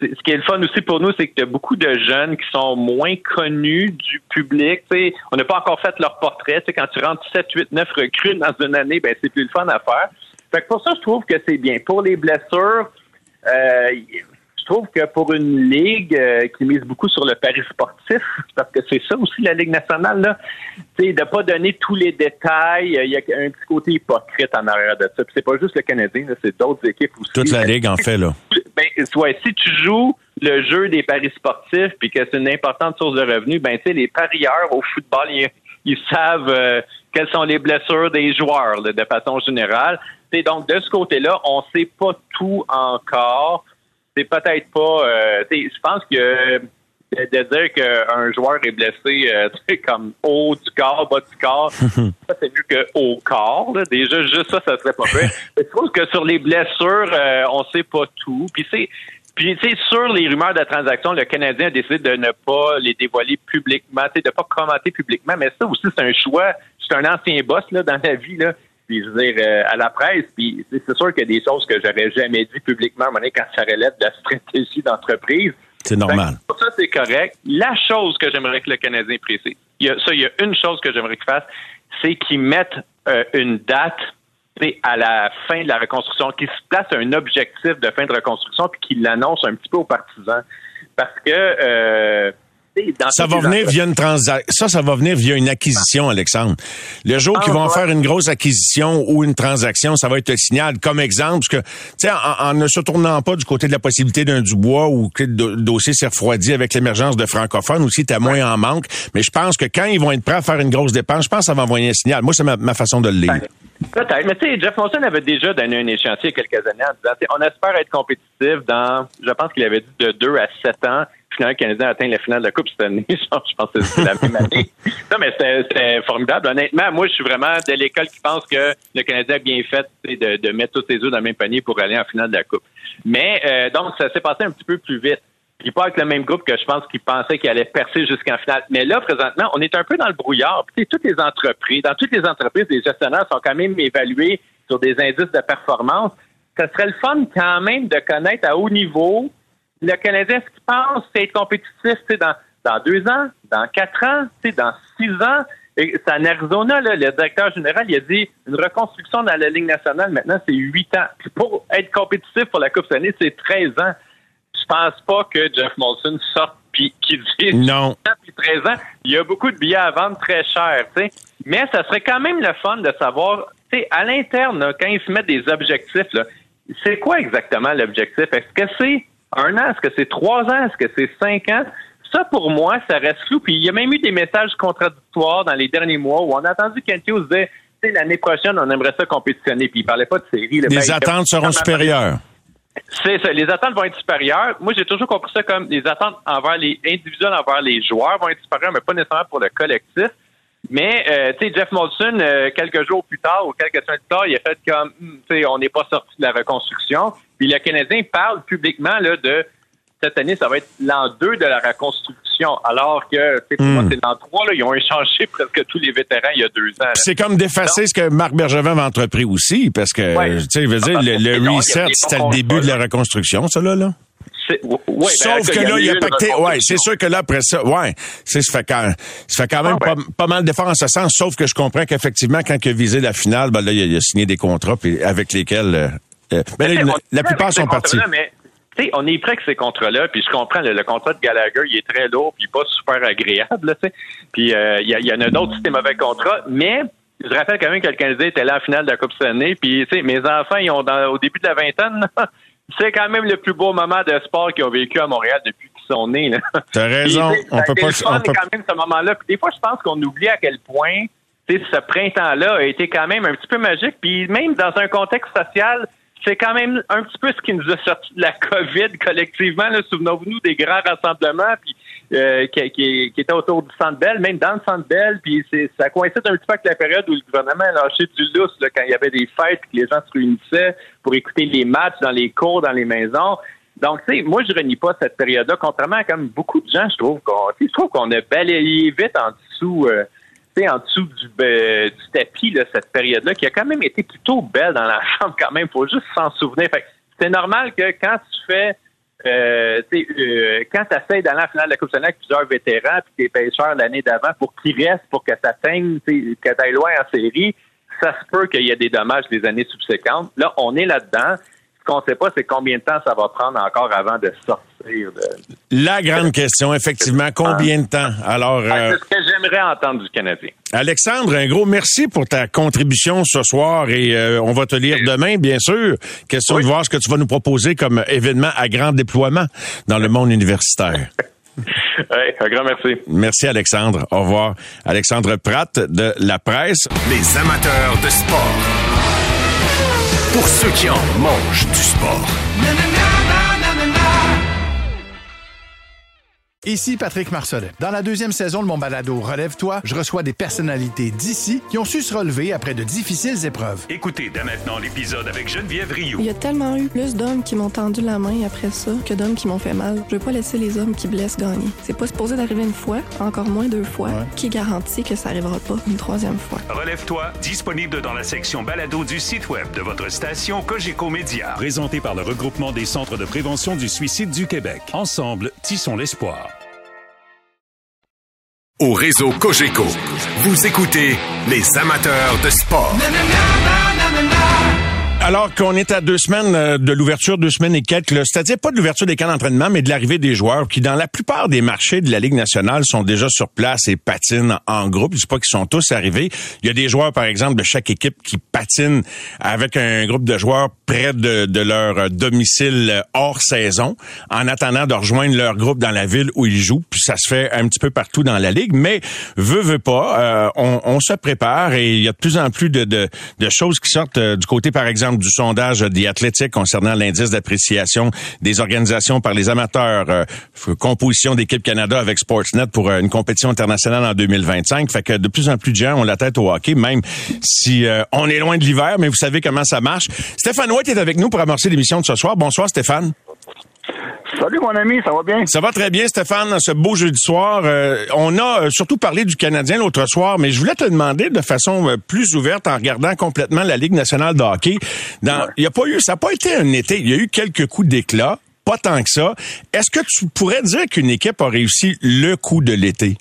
ce qui est le fun aussi pour nous, c'est que tu as beaucoup de jeunes qui sont moins connus du public. T'sais, on n'a pas encore fait leur portrait. T'sais, quand tu rentres sept, huit, neuf recrues dans une année, ben c'est plus le fun à faire. Fait que pour ça, je trouve que c'est bien. Pour les blessures, euh, je trouve que pour une ligue euh, qui mise beaucoup sur le pari sportif, parce que c'est ça aussi la Ligue nationale, là, de ne pas donner tous les détails, il y a un petit côté hypocrite en arrière de ça. Puis c'est pas juste le Canadien, là, c'est d'autres équipes aussi. Toute la Ligue en fait, là. Ben, ouais, si tu joues le jeu des paris sportifs puis que c'est une importante source de revenus, ben tu sais, les parieurs au football, ils, ils savent euh, quelles sont les blessures des joueurs là, de façon générale. T'sais, donc, de ce côté-là, on sait pas tout encore. C'est peut-être pas... Euh, je pense que de, de dire qu'un joueur est blessé euh, comme haut du corps, bas du corps, ça, c'est mieux que haut corps. Là. Déjà, juste ça, ça serait pas vrai. Je trouve que sur les blessures, euh, on sait pas tout. Puis c'est... Puis, tu sais, sur les rumeurs de transactions, le Canadien a décidé de ne pas les dévoiler publiquement, tu sais, de pas commenter publiquement. Mais ça aussi, c'est un choix. Je suis un ancien boss là dans la vie, là. Puis, je veux dire, euh, à la presse, puis c'est sûr qu'il y a des choses que j'aurais jamais dit publiquement, à quand ça relève de la stratégie d'entreprise. C'est normal. Pour ça, c'est correct. La chose que j'aimerais que le Canadien précise, il y a, ça, il y a une chose que j'aimerais qu'il fasse, c'est qu'il mette euh, une date à la fin de la reconstruction, qu'il se place un objectif de fin de reconstruction puis qu'il l'annonce un petit peu aux partisans. Parce que... Euh, Dans ça va venir via une transaction. Ça, ça va venir via une acquisition, Alexandre. Le jour ah, qu'ils vont ouais. faire une grosse acquisition ou une transaction, ça va être le signal. Comme exemple, parce que, tu sais, en, en ne se tournant pas du côté de la possibilité d'un Dubois ou que le dossier s'est refroidi avec l'émergence de francophones aussi, t'as moins ouais. en manque. Mais je pense que quand ils vont être prêts à faire une grosse dépense, je pense que ça va envoyer un signal. Moi, c'est ma, ma façon de le lire. Peut-être. Mais tu sais, Jeff Molson avait déjà donné un échéancier il y a quelques années en disant, on espère être compétitif dans, je pense qu'il avait dit de deux à sept ans. Finalement, le Canadien a atteint la finale de la Coupe cette année. Je pense que c'est la même année. Non, mais c'était, c'était formidable. Honnêtement, moi, je suis vraiment de l'école qui pense que le Canadien a bien fait de, de mettre tous ses œufs dans le même panier pour aller en finale de la Coupe. Mais euh, donc, ça s'est passé un petit peu plus vite. Puis pas avec le même groupe que je pense qu'il pensait qu'il allait percer jusqu'en finale. Mais là, présentement, on est un peu dans le brouillard. Puis toutes les entreprises, dans toutes les entreprises, les gestionnaires sont quand même évalués sur des indices de performance. Ça serait le fun quand même de connaître à haut niveau le Canadien, ce qu'il pense, c'est être compétitif dans, dans deux ans, dans quatre ans, dans six ans. Et c'est en Arizona, là, le directeur général, il a dit une reconstruction dans la Ligue nationale, maintenant, c'est huit ans. Puis pour être compétitif pour la Coupe cette année, c'est treize ans. Je pense pas que Jeff Molson sorte puis qu'il dise non. Puis treize ans. Il y a beaucoup de billets à vendre très chers, tu sais. Mais ça serait quand même le fun de savoir, tu sais, à l'interne, là, quand ils se mettent des objectifs, là, c'est quoi exactement l'objectif? Est-ce que c'est un an? Est-ce que c'est trois ans? Est-ce que c'est cinq ans? Ça, pour moi, ça reste flou. Puis il y a même eu des messages contradictoires dans les derniers mois où on a entendu Kent Hughes dire, tu sais, l'année prochaine, on aimerait ça compétitionner. Puis il parlait pas de série. Les ben, attentes seront supérieures. C'est ça. Les attentes vont être supérieures. Moi, j'ai toujours compris ça comme les attentes envers les individuels, envers les joueurs vont être supérieures, mais pas nécessairement pour le collectif. Mais, euh, tu sais, Jeff Molson, euh, quelques jours plus tard ou quelques semaines plus tard, il a fait comme, tu sais, on n'est pas sorti de la reconstruction. Puis le Canadien parle publiquement là de cette année, ça va être l'an deux de la reconstruction, alors que, tu sais, pour mm. moi, c'est l'an trois, là, ils ont échangé presque tous les vétérans il y a deux ans. Là. C'est comme d'effacer Donc, ce que Marc Bergevin a entrepris aussi, parce que, ouais. tu sais, veut dire, le, le reset, c'était le début de la reconstruction, ça, là, là. C'est, ouais, Sauf ben, que là, il a pacté. Ouais, c'est sûr que là, après ça, ouais, c'est, ça fait quand, ça fait quand même ah, ouais. pas, pas mal d'efforts en ce sens, sauf que je comprends qu'effectivement, quand il a visé la finale, ben là, il a, il a signé des contrats puis avec lesquels, euh, euh, ben, là, la, la plupart sont partis. Mais, tu sais, on est prêt avec ces contrats-là, puis je comprends, le, le contrat de Gallagher, il est très lourd, puis pas super agréable, là, tu sais. Puis, il euh, y, y, y en a d'autres, c'est mauvais contrats, mais je rappelle quand même que le Canadien était là en finale de la Coupe cette année, puis, tu sais, mes enfants, ils ont, dans, au début de la vingtaine, c'est quand même le plus beau moment de sport qu'ils ont vécu à Montréal depuis qu'ils sont nés. Là. T'as raison. Puis, on peut pas. On peut... quand même ce moment-là. Puis des fois, je pense qu'on oublie à quel point, tu sais, ce printemps-là a été quand même un petit peu magique. Puis même dans un contexte social, c'est quand même un petit peu ce qui nous a sorti de la COVID collectivement. Là, souvenons-nous des grands rassemblements, puis euh, qui, qui, qui étaient autour du Centre Bell, même dans le Centre Bell. Puis c'est, ça coïncide un petit peu avec la période où le gouvernement a lâché du lousse là, quand il y avait des fêtes, que les gens se réunissaient pour écouter les matchs dans les cours, dans les maisons. Donc, tu sais, moi, je renie pas cette période-là, contrairement à comme beaucoup de gens, je trouve qu'on, je trouve qu'on a balayé vite en dessous. Euh, Tu sais, en dessous du, euh, du tapis, là, cette période-là, qui a quand même été plutôt belle dans la chambre quand même, faut juste s'en souvenir. Fait que c'est normal que quand tu fais Euh, euh, quand tu essaies d'aller en finale de la Coupe Stanley avec plusieurs vétérans puis tes pêcheurs l'année d'avant pour qu'ils restent, pour que ça teigne, que tu ailles loin en série, ça se peut qu'il y ait des dommages les années subséquentes. Là, on est là-dedans. Ce qu'on ne sait pas, c'est combien de temps ça va prendre encore avant de sortir. De... La grande question, effectivement. Combien de temps? Alors, euh... c'est ce que j'aimerais entendre du Canadien. Alexandre, un gros merci pour ta contribution ce soir et euh, on va te lire demain, bien sûr. Question oui. de voir ce que tu vas nous proposer comme événement à grand déploiement dans le monde universitaire. Oui, un grand merci. Merci, Alexandre. Au revoir. Alexandre Pratt de La Presse. Les amateurs de sport. Pour ceux qui en mangent du sport. Ici Patrick Marcelet. Dans la deuxième saison de mon balado Relève-toi, je reçois des personnalités d'ici qui ont su se relever après de difficiles épreuves. Écoutez dès maintenant l'épisode avec Geneviève Rioux. Il y a tellement eu plus d'hommes qui m'ont tendu la main après ça que d'hommes qui m'ont fait mal. Je veux pas laisser les hommes qui blessent gagner. C'est pas supposé d'arriver une fois, encore moins deux fois. Ouais. Qui garantit que ça arrivera pas une troisième fois? Relève-toi, disponible dans la section balado du site web de votre station Cogeco Média. Présenté par le regroupement des centres de prévention du suicide du Québec. Ensemble, tissons l'espoir. Au réseau Cogeco, vous écoutez les amateurs de sport. Alors qu'on est à deux semaines de l'ouverture, deux semaines et quelques, c'est-à-dire pas de l'ouverture des camps d'entraînement, mais de l'arrivée des joueurs qui, dans la plupart des marchés de la Ligue nationale, sont déjà sur place et patinent en groupe. Je dis pas qu'ils sont tous arrivés. Il y a des joueurs, par exemple, de chaque équipe qui patinent avec un groupe de joueurs près de, de leur domicile hors saison, en attendant de rejoindre leur groupe dans la ville où ils jouent. Puis ça se fait un petit peu partout dans la Ligue, mais veut, veut pas, euh, on, on se prépare et il y a de plus en plus de, de, de choses qui sortent euh, du côté, par exemple, du sondage The Athletic concernant l'indice d'appréciation des organisations par les amateurs, euh, composition d'Équipe Canada avec Sportsnet pour euh, une compétition internationale en deux mille vingt-cinq. Fait que de plus en plus de gens ont la tête au hockey, même si euh, on est loin de l'hiver, mais vous savez comment ça marche. Stéphane White est avec nous pour amorcer l'émission de ce soir. Bonsoir Stéphane. Salut mon ami, ça va bien? Ça va très bien Stéphane, ce beau jeudi soir. Euh, on a euh, surtout parlé du Canadien l'autre soir, mais je voulais te demander de façon euh, plus ouverte en regardant complètement la Ligue nationale de hockey. Dans, ouais. y a pas eu, ça n'a pas été un été, il y a eu quelques coups d'éclat, pas tant que ça. Est-ce que tu pourrais dire qu'une équipe a réussi le coup de l'été?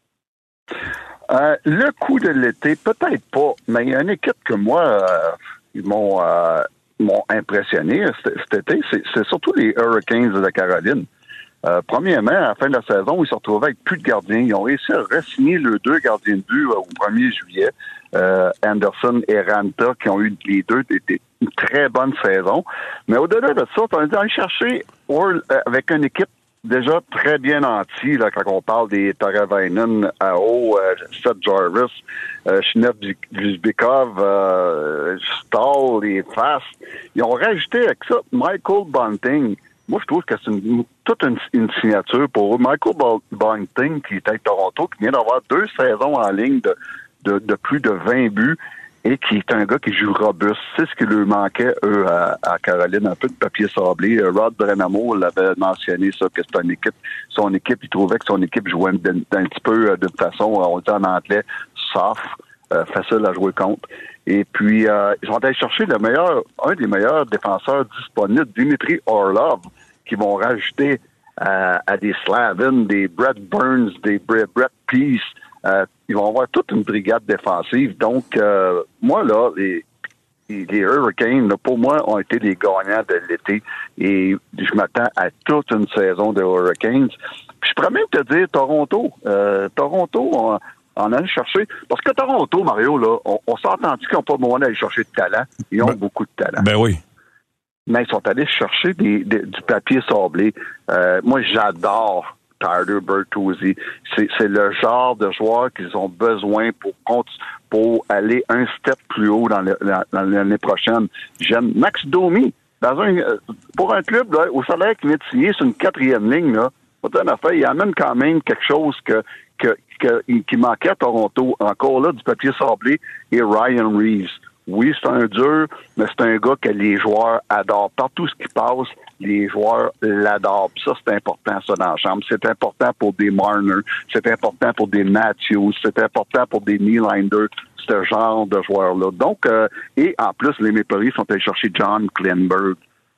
Euh, le coup de l'été, peut-être pas, mais il y a une équipe que moi, euh, ils m'ont... Euh, m'ont impressionné cet été, c'est, c'est surtout les Hurricanes de la Caroline. Euh, premièrement, à la fin de la saison, ils se retrouvaient avec plus de gardiens. Ils ont réussi à re-signer leurs deux gardiens de but au premier juillet, euh, Anderson et Ranta, qui ont eu les deux des, des, une très bonne saison. Mais au-delà de ça, on est allé chercher avec une équipe déjà très bien nantie, là, quand on parle des Taravainen, Aho, euh, Seth Jarvis, euh, Shnef Vizbekov, euh, Stahl, les Fast. Ils ont rajouté avec ça Michael Bunting. Moi, je trouve que c'est une, toute une, une signature pour eux. Michael Bunting, qui est à Toronto, qui vient d'avoir deux saisons en ligne de, de, de plus de vingt buts, et qui est un gars qui joue robuste. C'est ce qui lui manquait, eux, à, à Caroline, un peu de papier sablé. Rod Brenamo l'avait mentionné, ça, que c'est une équipe, son équipe, il trouvait que son équipe jouait un, un petit peu de façon, on dit en anglais, soft, euh, facile à jouer contre. Et puis, euh, ils sont allés chercher le meilleur, un des meilleurs défenseurs disponibles, Dimitri Orlov, qui vont rajouter euh, à des Slavin, des Brett Burns, des Brett Peace. Euh, ils vont avoir toute une brigade défensive. Donc, euh, moi, là, les, les Hurricanes, là, pour moi, ont été les gagnants de l'été. Et je m'attends à toute une saison de Hurricanes. Puis je pourrais même te dire Toronto. Euh, Toronto, on, on a allé chercher... Parce que Toronto, Mario, là, on, on s'entend-tu qu'ils n'ont pas besoin d'aller chercher de talent? Ils ont ben, beaucoup de talent. Ben oui. Mais ils sont allés chercher des, des, du papier sablé. Euh, moi, j'adore Tyler Bertuzzi. C'est, c'est le genre de joueur qu'ils ont besoin pour, pour aller un step plus haut dans, le, dans l'année prochaine. J'aime Max Domi. Dans un, pour un club, là, au salaire qu'il vient de signer sur une quatrième ligne, là, il amène quand même quelque chose que, que, que, qui manquait à Toronto. Encore là, du papier sablé et Ryan Reeves. Oui, c'est un dur, mais c'est un gars que les joueurs adorent. Partout ce qui passe, les joueurs l'adorent. Puis ça, c'est important, ça, dans la chambre. C'est important pour des Marner, c'est important pour des Matthews, c'est important pour des Nylander, ce genre de joueurs-là. Donc, euh, et en plus, les Maple Leafs sont allés chercher John Klingberg.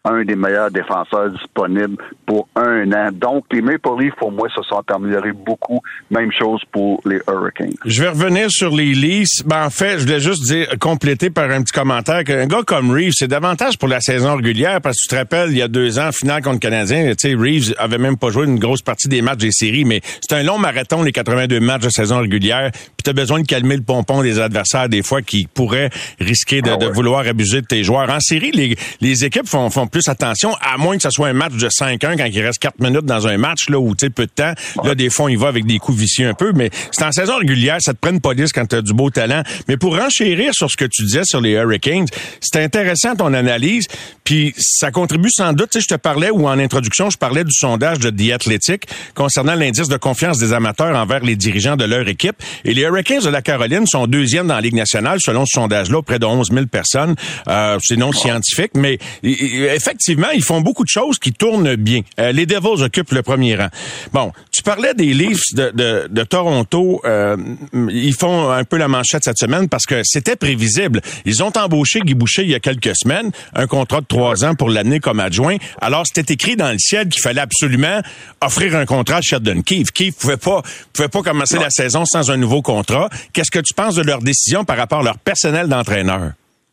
un des meilleurs défenseurs disponibles pour un an. Donc, les Maple Leafs, pour moi, se sont améliorés beaucoup. Même chose pour les Hurricanes. Je vais revenir sur les Leafs. Ben, en fait, je voulais juste dire, compléter par un petit commentaire qu'un gars comme Reeves, c'est davantage pour la saison régulière, parce que tu te rappelles, il y a deux ans, finale contre le Canadien, tu sais, Reeves avait même pas joué une grosse partie des matchs des séries, mais c'est un long marathon, les quatre-vingt-deux matchs de saison régulière, puis t'as besoin de calmer le pompon des adversaires, des fois, qui pourraient risquer de, ah ouais. de vouloir abuser de tes joueurs. En série, les, les équipes font, font plus attention, à moins que ce soit un match de cinq un quand il reste quatre minutes dans un match, là, où, tu sais, peu de temps. Ouais. Là, des fois, il va avec des coups vicieux un peu, mais c'est en saison régulière, ça te prenne pas lisse quand t'as du beau talent. Mais pour renchérir sur ce que tu disais sur les Hurricanes, c'est intéressant ton analyse, puis ça contribue sans doute, tu sais, je te parlais, ou en introduction, je parlais du sondage de The Athletic concernant l'indice de confiance des amateurs envers les dirigeants de leur équipe. Et les Hurricanes de la Caroline sont deuxièmes dans la Ligue nationale, selon ce sondage-là, près de onze mille personnes. Euh, c'est non scientifique, mais effectivement, ils font beaucoup de choses qui tournent bien. Euh, les Devils occupent le premier rang. Bon, tu parlais des Leafs de, de, de Toronto. Euh, ils font un peu la manchette cette semaine parce que c'était prévisible. Ils ont embauché Guy Boucher il y a quelques semaines, un contrat de trois ans pour l'amener comme adjoint. Alors, c'était écrit dans le ciel qu'il fallait absolument offrir un contrat à Sheldon Keefe. Keefe pouvait pas, pouvait pas commencer non. la saison sans un nouveau contrat. Qu'est-ce que tu penses de leur décision par rapport à leur personnel d'entraîneur?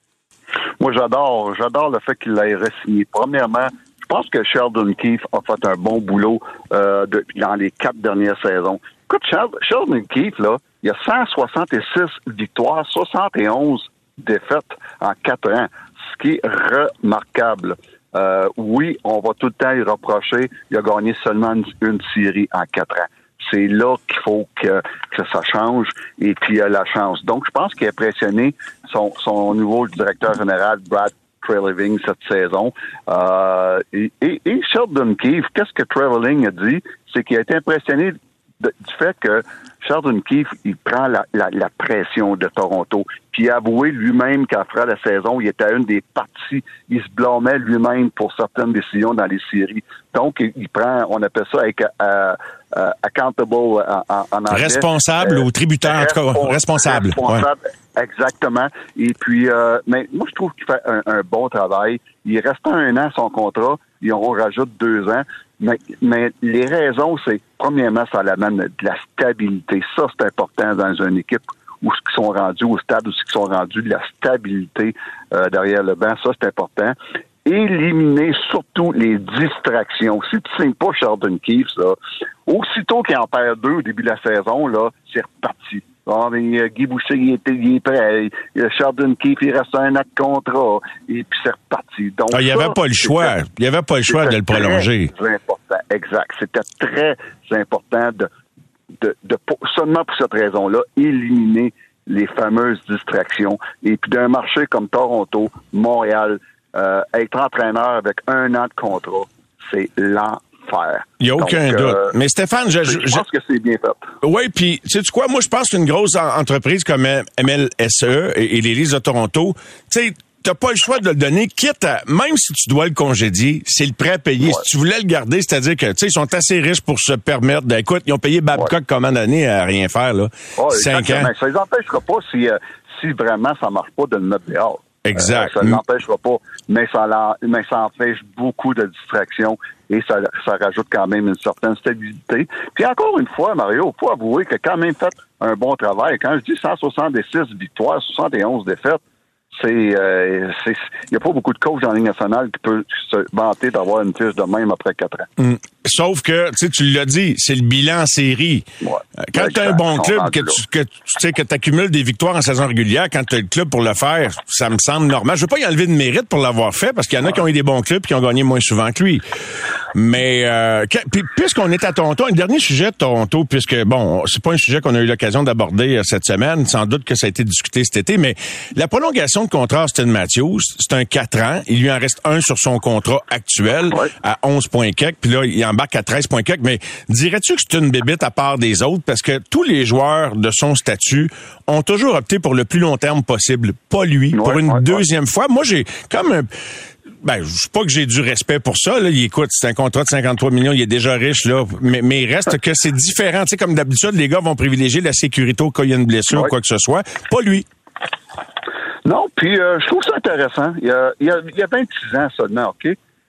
Moi, j'adore, j'adore le fait qu'il l'ait re-signé. Premièrement, je pense que Sheldon Keefe a fait un bon boulot euh, de, dans les quatre dernières saisons. Écoute, Sheldon Keefe, là, il y a cent soixante-six victoires, soixante et onze défaites en quatre ans, ce qui est remarquable. Euh, oui, on va tout le temps y reprocher, il a gagné seulement une, une série en quatre ans. C'est là qu'il faut que, que ça change et puis il a la chance. Donc, je pense qu'il a impressionné son, son nouveau directeur général, Brad Treliving, cette saison. Euh, et, et, et Sheldon Keefe, qu'est-ce que Treliving a dit? C'est qu'il a été impressionné de, du fait que Sheldon Keefe, il prend la, la, la pression de Toronto. Puis il a avoué lui-même qu'après la saison, il était à une des parties. Il se blâmait lui-même pour certaines décisions dans les séries. Donc, il, il prend, on appelle ça avec, euh, euh, accountable en, en anglais. Responsable euh, ou tributaire, en tout cas, responsable. Responsable, ouais. Exactement. Et puis, euh, mais moi, je trouve qu'il fait un, un bon travail. Il reste un an son contrat. Ils en rajoutent deux ans. Mais, mais les raisons, c'est, premièrement, ça amène de la stabilité. Ça, c'est important dans une équipe où ils sont rendus, au stade où ils sont rendus, de la stabilité euh, derrière le banc. Ça, c'est important. Éliminer surtout les distractions. Si tu ne signes pas Sheldon Keefe, là, aussitôt qu'il en perd deux au début de la saison, là, c'est reparti. Bon, mais, euh, Guy Boucher, il, était, il est prêt. Il, Sheldon Keefe, il reste un an de contrat. Et puis, c'est reparti. Donc, ah, il n'y avait pas le choix. Il n'y avait pas le choix de le prolonger. C'est important. Exact. C'était très important de, de, de, de, seulement pour cette raison-là, éliminer les fameuses distractions. Et puis, d'un marché comme Toronto, Montréal, euh, être entraîneur avec un an de contrat, c'est l'enfer. Il n'y a aucun Donc, doute. Euh, Mais Stéphane, je, je, je pense que c'est bien fait. Oui, puis sais-tu quoi? Moi, je pense qu'une grosse entreprise comme M L S E et, et les Leafs de Toronto, tu sais, t'as pas le choix de le donner, quitte à, même si tu dois le congédier, c'est le prêt à payer. Ouais. Si tu voulais le garder, c'est-à-dire que, tu sais, ils sont assez riches pour se permettre de, écoute, ils ont payé Babcock ouais. combien d'années à rien faire, là? Ouais, Cinq ans. Ça les empêchera pas si, euh, si vraiment ça marche pas de le mettre dehors. Exact. Euh, ça ne l'empêchera pas, mais ça, mais ça empêche beaucoup de distractions et ça, ça rajoute quand même une certaine stabilité. Puis encore une fois, Mario, il faut avouer qu'il a quand même fait un bon travail. Quand je dis cent soixante-six victoires, soixante et onze défaites, c'est, euh, c'est, il n'y a pas beaucoup de coachs dans la Ligue nationale qui peuvent se vanter d'avoir une fiche de même après quatre ans. Mmh. Sauf que, tu sais, tu l'as dit, c'est le bilan en série. Ouais. Quand tu as un bon club, que tu, que, tu sais, que tu accumules des victoires en saison régulière, quand tu as le club pour le faire, ça me semble normal. Je veux pas y enlever de mérite pour l'avoir fait, parce qu'il y en a ouais. qui ont eu des bons clubs et qui ont gagné moins souvent que lui. Mais, euh, puis, puisqu'on est à Toronto, un dernier sujet de Toronto, puisque, bon, c'est pas un sujet qu'on a eu l'occasion d'aborder cette semaine, sans doute que ça a été discuté cet été, mais la prolongation de contrat Austin Matthews, c'est un quatre ans. Il lui en reste un sur son contrat actuel ouais. à onze points quelques, puis là, il embarque à treize points quelques. Mais dirais-tu que c'est une bébite à part des autres? Parce que tous les joueurs de son statut ont toujours opté pour le plus long terme possible. Pas lui. Ouais, pour une ouais, deuxième ouais. fois. Moi, j'ai comme un... Ben, je sais pas que j'ai du respect pour ça, là. Il écoute, c'est un contrat de cinquante-trois millions, il est déjà riche, là. Mais, mais il reste que c'est différent. Tu sais, comme d'habitude, les gars vont privilégier la sécurité au cas où il y a une blessure ouais. ou quoi que ce soit. Pas lui. Non, puis euh, je trouve ça intéressant. Il y a, il y a, il y a vingt-six ans seulement, OK?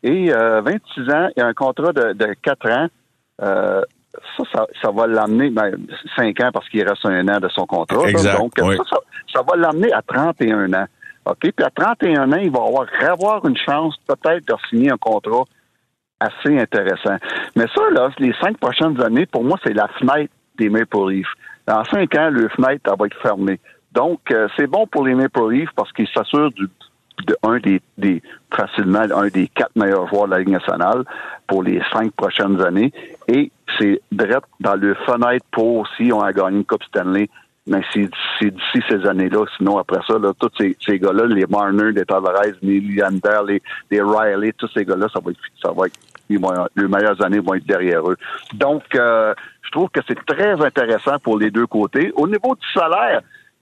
Et euh, vingt-six ans, il y a un contrat de, de quatre ans. Euh, ça, ça, ça va l'amener, ben, cinq ans parce qu'il reste un an de son contrat. Exact, Là, donc, oui. ça, ça, ça va l'amener à trente et un ans. OK? Puis à trente et un ans, il va avoir, avoir une chance peut-être de signer un contrat assez intéressant. Mais ça, là, les cinq prochaines années, pour moi, c'est la fenêtre des Maple Leafs. Dans cinq ans, le fenêtre, elle va être fermée. Donc, euh, c'est bon pour les Maple Leafs parce qu'ils s'assurent du de un des, des facilement un des quatre meilleurs joueurs de la Ligue nationale pour les cinq prochaines années. Et c'est direct dans le fenêtre pour si on a gagné une Coupe Stanley. Mais c'est, c'est d'ici ces années-là. Sinon, après ça, là, tous ces, ces gars-là, les Marner, les Tavares, les Leander, les, les Riley, tous ces gars-là, ça va être, ça va être, ils vont, les meilleures années vont être derrière eux. Donc, euh, je trouve que c'est très intéressant pour les deux côtés. Au niveau du salaire,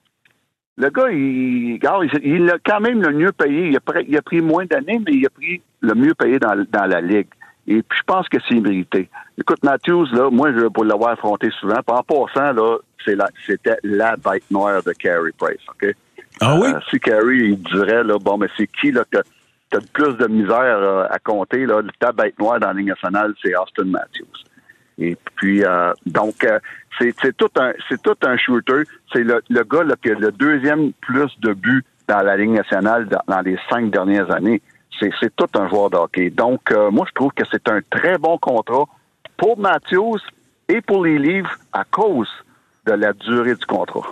le gars, il, regarde, il, il a quand même le mieux payé. Il a, pris, il a pris moins d'années, mais il a pris le mieux payé dans, dans la Ligue. Et puis, je pense que c'est mérité. Écoute, Matthews, là, moi, je pour l'avoir affronté souvent, puis en passant, là, c'est la, c'était la bête noire de Carey Price, OK? Ah oui? Euh, si Carey, il dirait, là, bon, mais c'est qui, là, que t'as le plus de misère là, à compter, là, ta bête noire dans la Ligue nationale, c'est Austin Matthews. Et puis, euh, donc, euh, c'est, c'est tout un, c'est tout un shooter. C'est le, le gars là, qui a le deuxième plus de buts dans la Ligue nationale dans, dans les cinq dernières années. C'est, c'est tout un joueur de hockey. Donc, euh, moi, je trouve que c'est un très bon contrat pour Matthews et pour les Leafs à cause de la durée du contrat.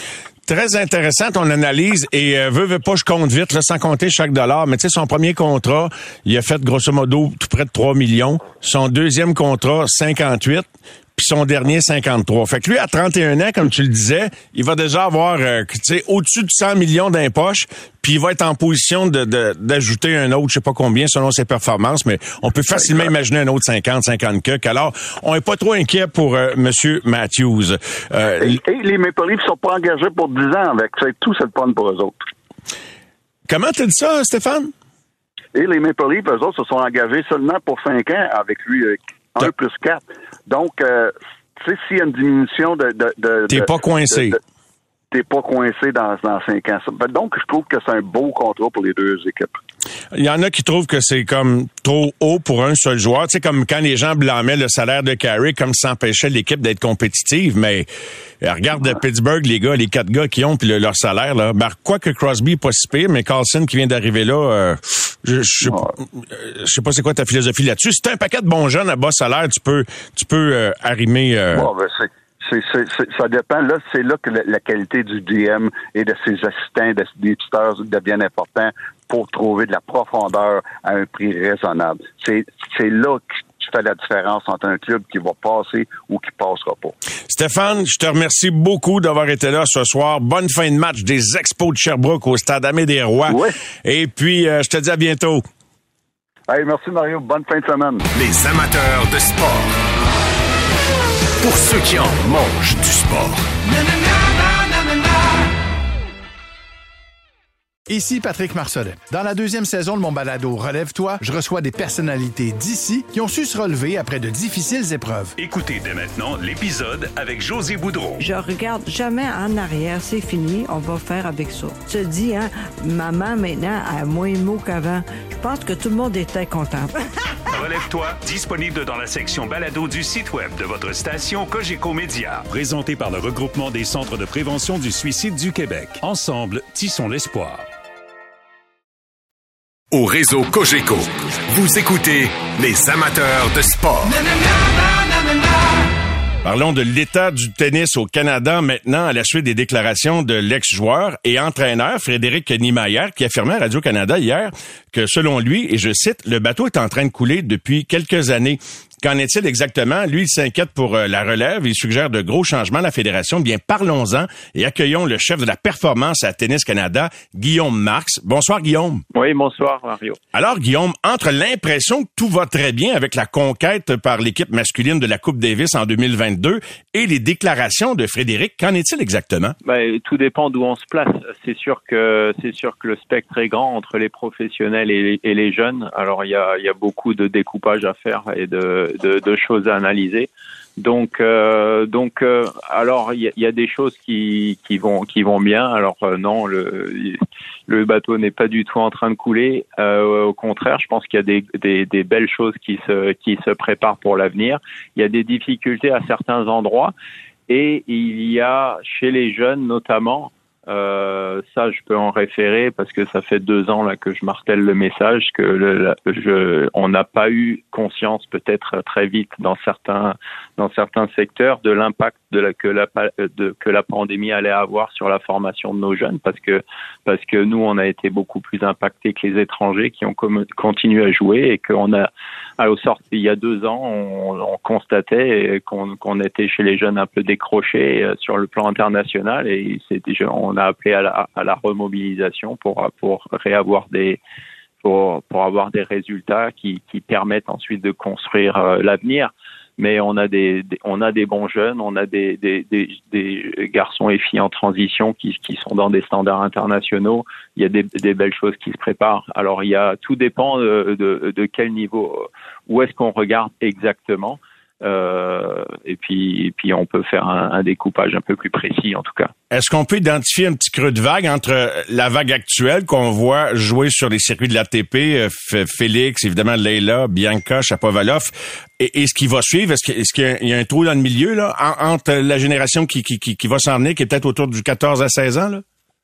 Très intéressant ton analyse et euh, veux, veux pas, je compte vite, là, sans compter chaque dollar, mais tu sais, son premier contrat, il a fait grosso modo tout près de trois millions. Son deuxième contrat, cinquante-huit, puis son dernier, cinquante-trois. Fait que lui, à trente et un ans, comme tu le disais, il va déjà avoir, euh, tu sais, au-dessus de cent millions d'impoches, puis il va être en position de, de, d'ajouter un autre, je sais pas combien, selon ses performances, mais on peut facilement imaginer un autre cinquante, cinquante que. Alors, on est pas trop inquiet pour euh, Monsieur Matthews. Euh, et, et les Maple Leafs sont pas engagés pour dix ans avec. C'est tout, c'est le fun pour eux autres. Comment t'as dit ça, Stéphane? Et les Maple Leafs, eux autres, se sont engagés seulement pour cinq ans avec lui, euh, un plus quatre. Donc, euh, tu sais, s'il y a une diminution de... de, de T'es de, pas coincé. De, de, t'es pas coincé dans, dans cinq ans. Donc, je trouve que c'est un beau contrat pour les deux équipes. Il y en a qui trouvent que c'est comme trop haut pour un seul joueur. Tu sais, comme quand les gens blâmaient le salaire de Carey, comme ça empêchait l'équipe d'être compétitive. Mais regarde ouais. Pittsburgh, les gars, les quatre gars qui ont puis le, leur salaire, là. Ben, quoi que Crosby est pas si pire, mais Carlson qui vient d'arriver là, euh, je, je, sais ouais. pas, je sais pas c'est quoi ta philosophie là-dessus. Si t'as un paquet de bons jeunes à bas salaire, tu peux, tu peux euh, arrimer. Euh... Bon, ben c'est... C'est, c'est, c'est, ça dépend. Là, c'est là que la, la qualité du D M et de ses assistants, de, des tuteurs deviennent importants pour trouver de la profondeur à un prix raisonnable. C'est, c'est là que tu fais la différence entre un club qui va passer ou qui passera pas. Stéphane, je te remercie beaucoup d'avoir été là ce soir. Bonne fin de match des Expos de Sherbrooke au Stade Amédée-Roy. Oui. Et puis, euh, je te dis à bientôt. Hey, merci Mario. Bonne fin de semaine. Les amateurs de sport. Pour ceux qui en mangent du sport. Ici Patrick Marcelet. Dans la deuxième saison de mon balado Relève-toi, je reçois des personnalités d'ici qui ont su se relever après de difficiles épreuves. Écoutez dès maintenant l'épisode avec José Boudreau. Je regarde jamais en arrière, c'est fini, on va faire avec ça. Tu te dis, hein, maman maintenant a moins de mots qu'avant. Je pense que tout le monde était content. Relève-toi, disponible dans la section balado du site web de votre station Cogeco Média. Présenté par le regroupement des centres de prévention du suicide du Québec. Ensemble, tissons l'espoir. Au réseau Cogeco, vous écoutez les amateurs de sport. Parlons de l'état du tennis au Canada maintenant à la suite des déclarations de l'ex-joueur et entraîneur Frédéric Niemeyer qui affirmait à Radio-Canada hier que selon lui, et je cite, le bateau est en train de couler depuis quelques années. Qu'en est-il exactement? Lui, il s'inquiète pour euh, la relève. Il suggère de gros changements à la fédération. Bien, parlons-en et accueillons le chef de la performance à Tennis Canada, Guillaume Marx. Bonsoir, Guillaume. Oui, bonsoir, Mario. Alors, Guillaume, entre l'impression que tout va très bien avec la conquête par l'équipe masculine de la Coupe Davis en deux mille vingt-deux et les déclarations de Frédéric, qu'en est-il exactement? Ben, tout dépend d'où on se place. C'est sûr que c'est sûr que le spectre est grand entre les professionnels et les, et les jeunes. Alors, il y a, il y a beaucoup de découpage à faire et de De, de choses à analyser. Donc, euh, donc, euh, alors il y a, y a des choses qui, qui vont, qui vont bien. Alors euh, non, le, le bateau n'est pas du tout en train de couler. Euh, au contraire, je pense qu'il y a des, des, des belles choses qui se, qui se préparent pour l'avenir. Il y a des difficultés à certains endroits, et il y a chez les jeunes notamment. Euh, ça, je peux en référer parce que ça fait deux ans là que je martèle le message que le, la, je, on n'a pas eu conscience peut-être très vite dans certains dans certains secteurs de l'impact de la que la de, que la pandémie allait avoir sur la formation de nos jeunes, parce que parce que nous on a été beaucoup plus impactés que les étrangers qui ont com- continué à jouer, et qu'on a à au sorti il y a deux ans on, on constatait qu'on, qu'on était chez les jeunes un peu décrochés sur le plan international, et c'est déjà on a appelé à la, à la remobilisation pour pour réavoir des pour pour avoir des résultats qui qui permettent ensuite de construire euh, l'avenir. Mais on a des, des on a des bons jeunes, on a des des des, des garçons et filles en transition qui qui sont dans des standards internationaux. Il y a des des belles choses qui se préparent. Alors il y a tout dépend de de, de quel niveau, où est-ce qu'on regarde exactement. Euh, et puis, et puis on peut faire un, un découpage un peu plus précis en tout cas. Est-ce qu'on peut identifier un petit creux de vague entre la vague actuelle qu'on voit jouer sur les circuits de l'A T P, F- Félix, évidemment Leila, Bianca, Shapovalov, et, et ce qui va suivre? Est-ce qu'il, est-ce qu'il y a, il y a un trou dans le milieu là en, entre la génération qui, qui, qui, qui va s'en venir, qui est peut-être autour du quatorze à seize ans là?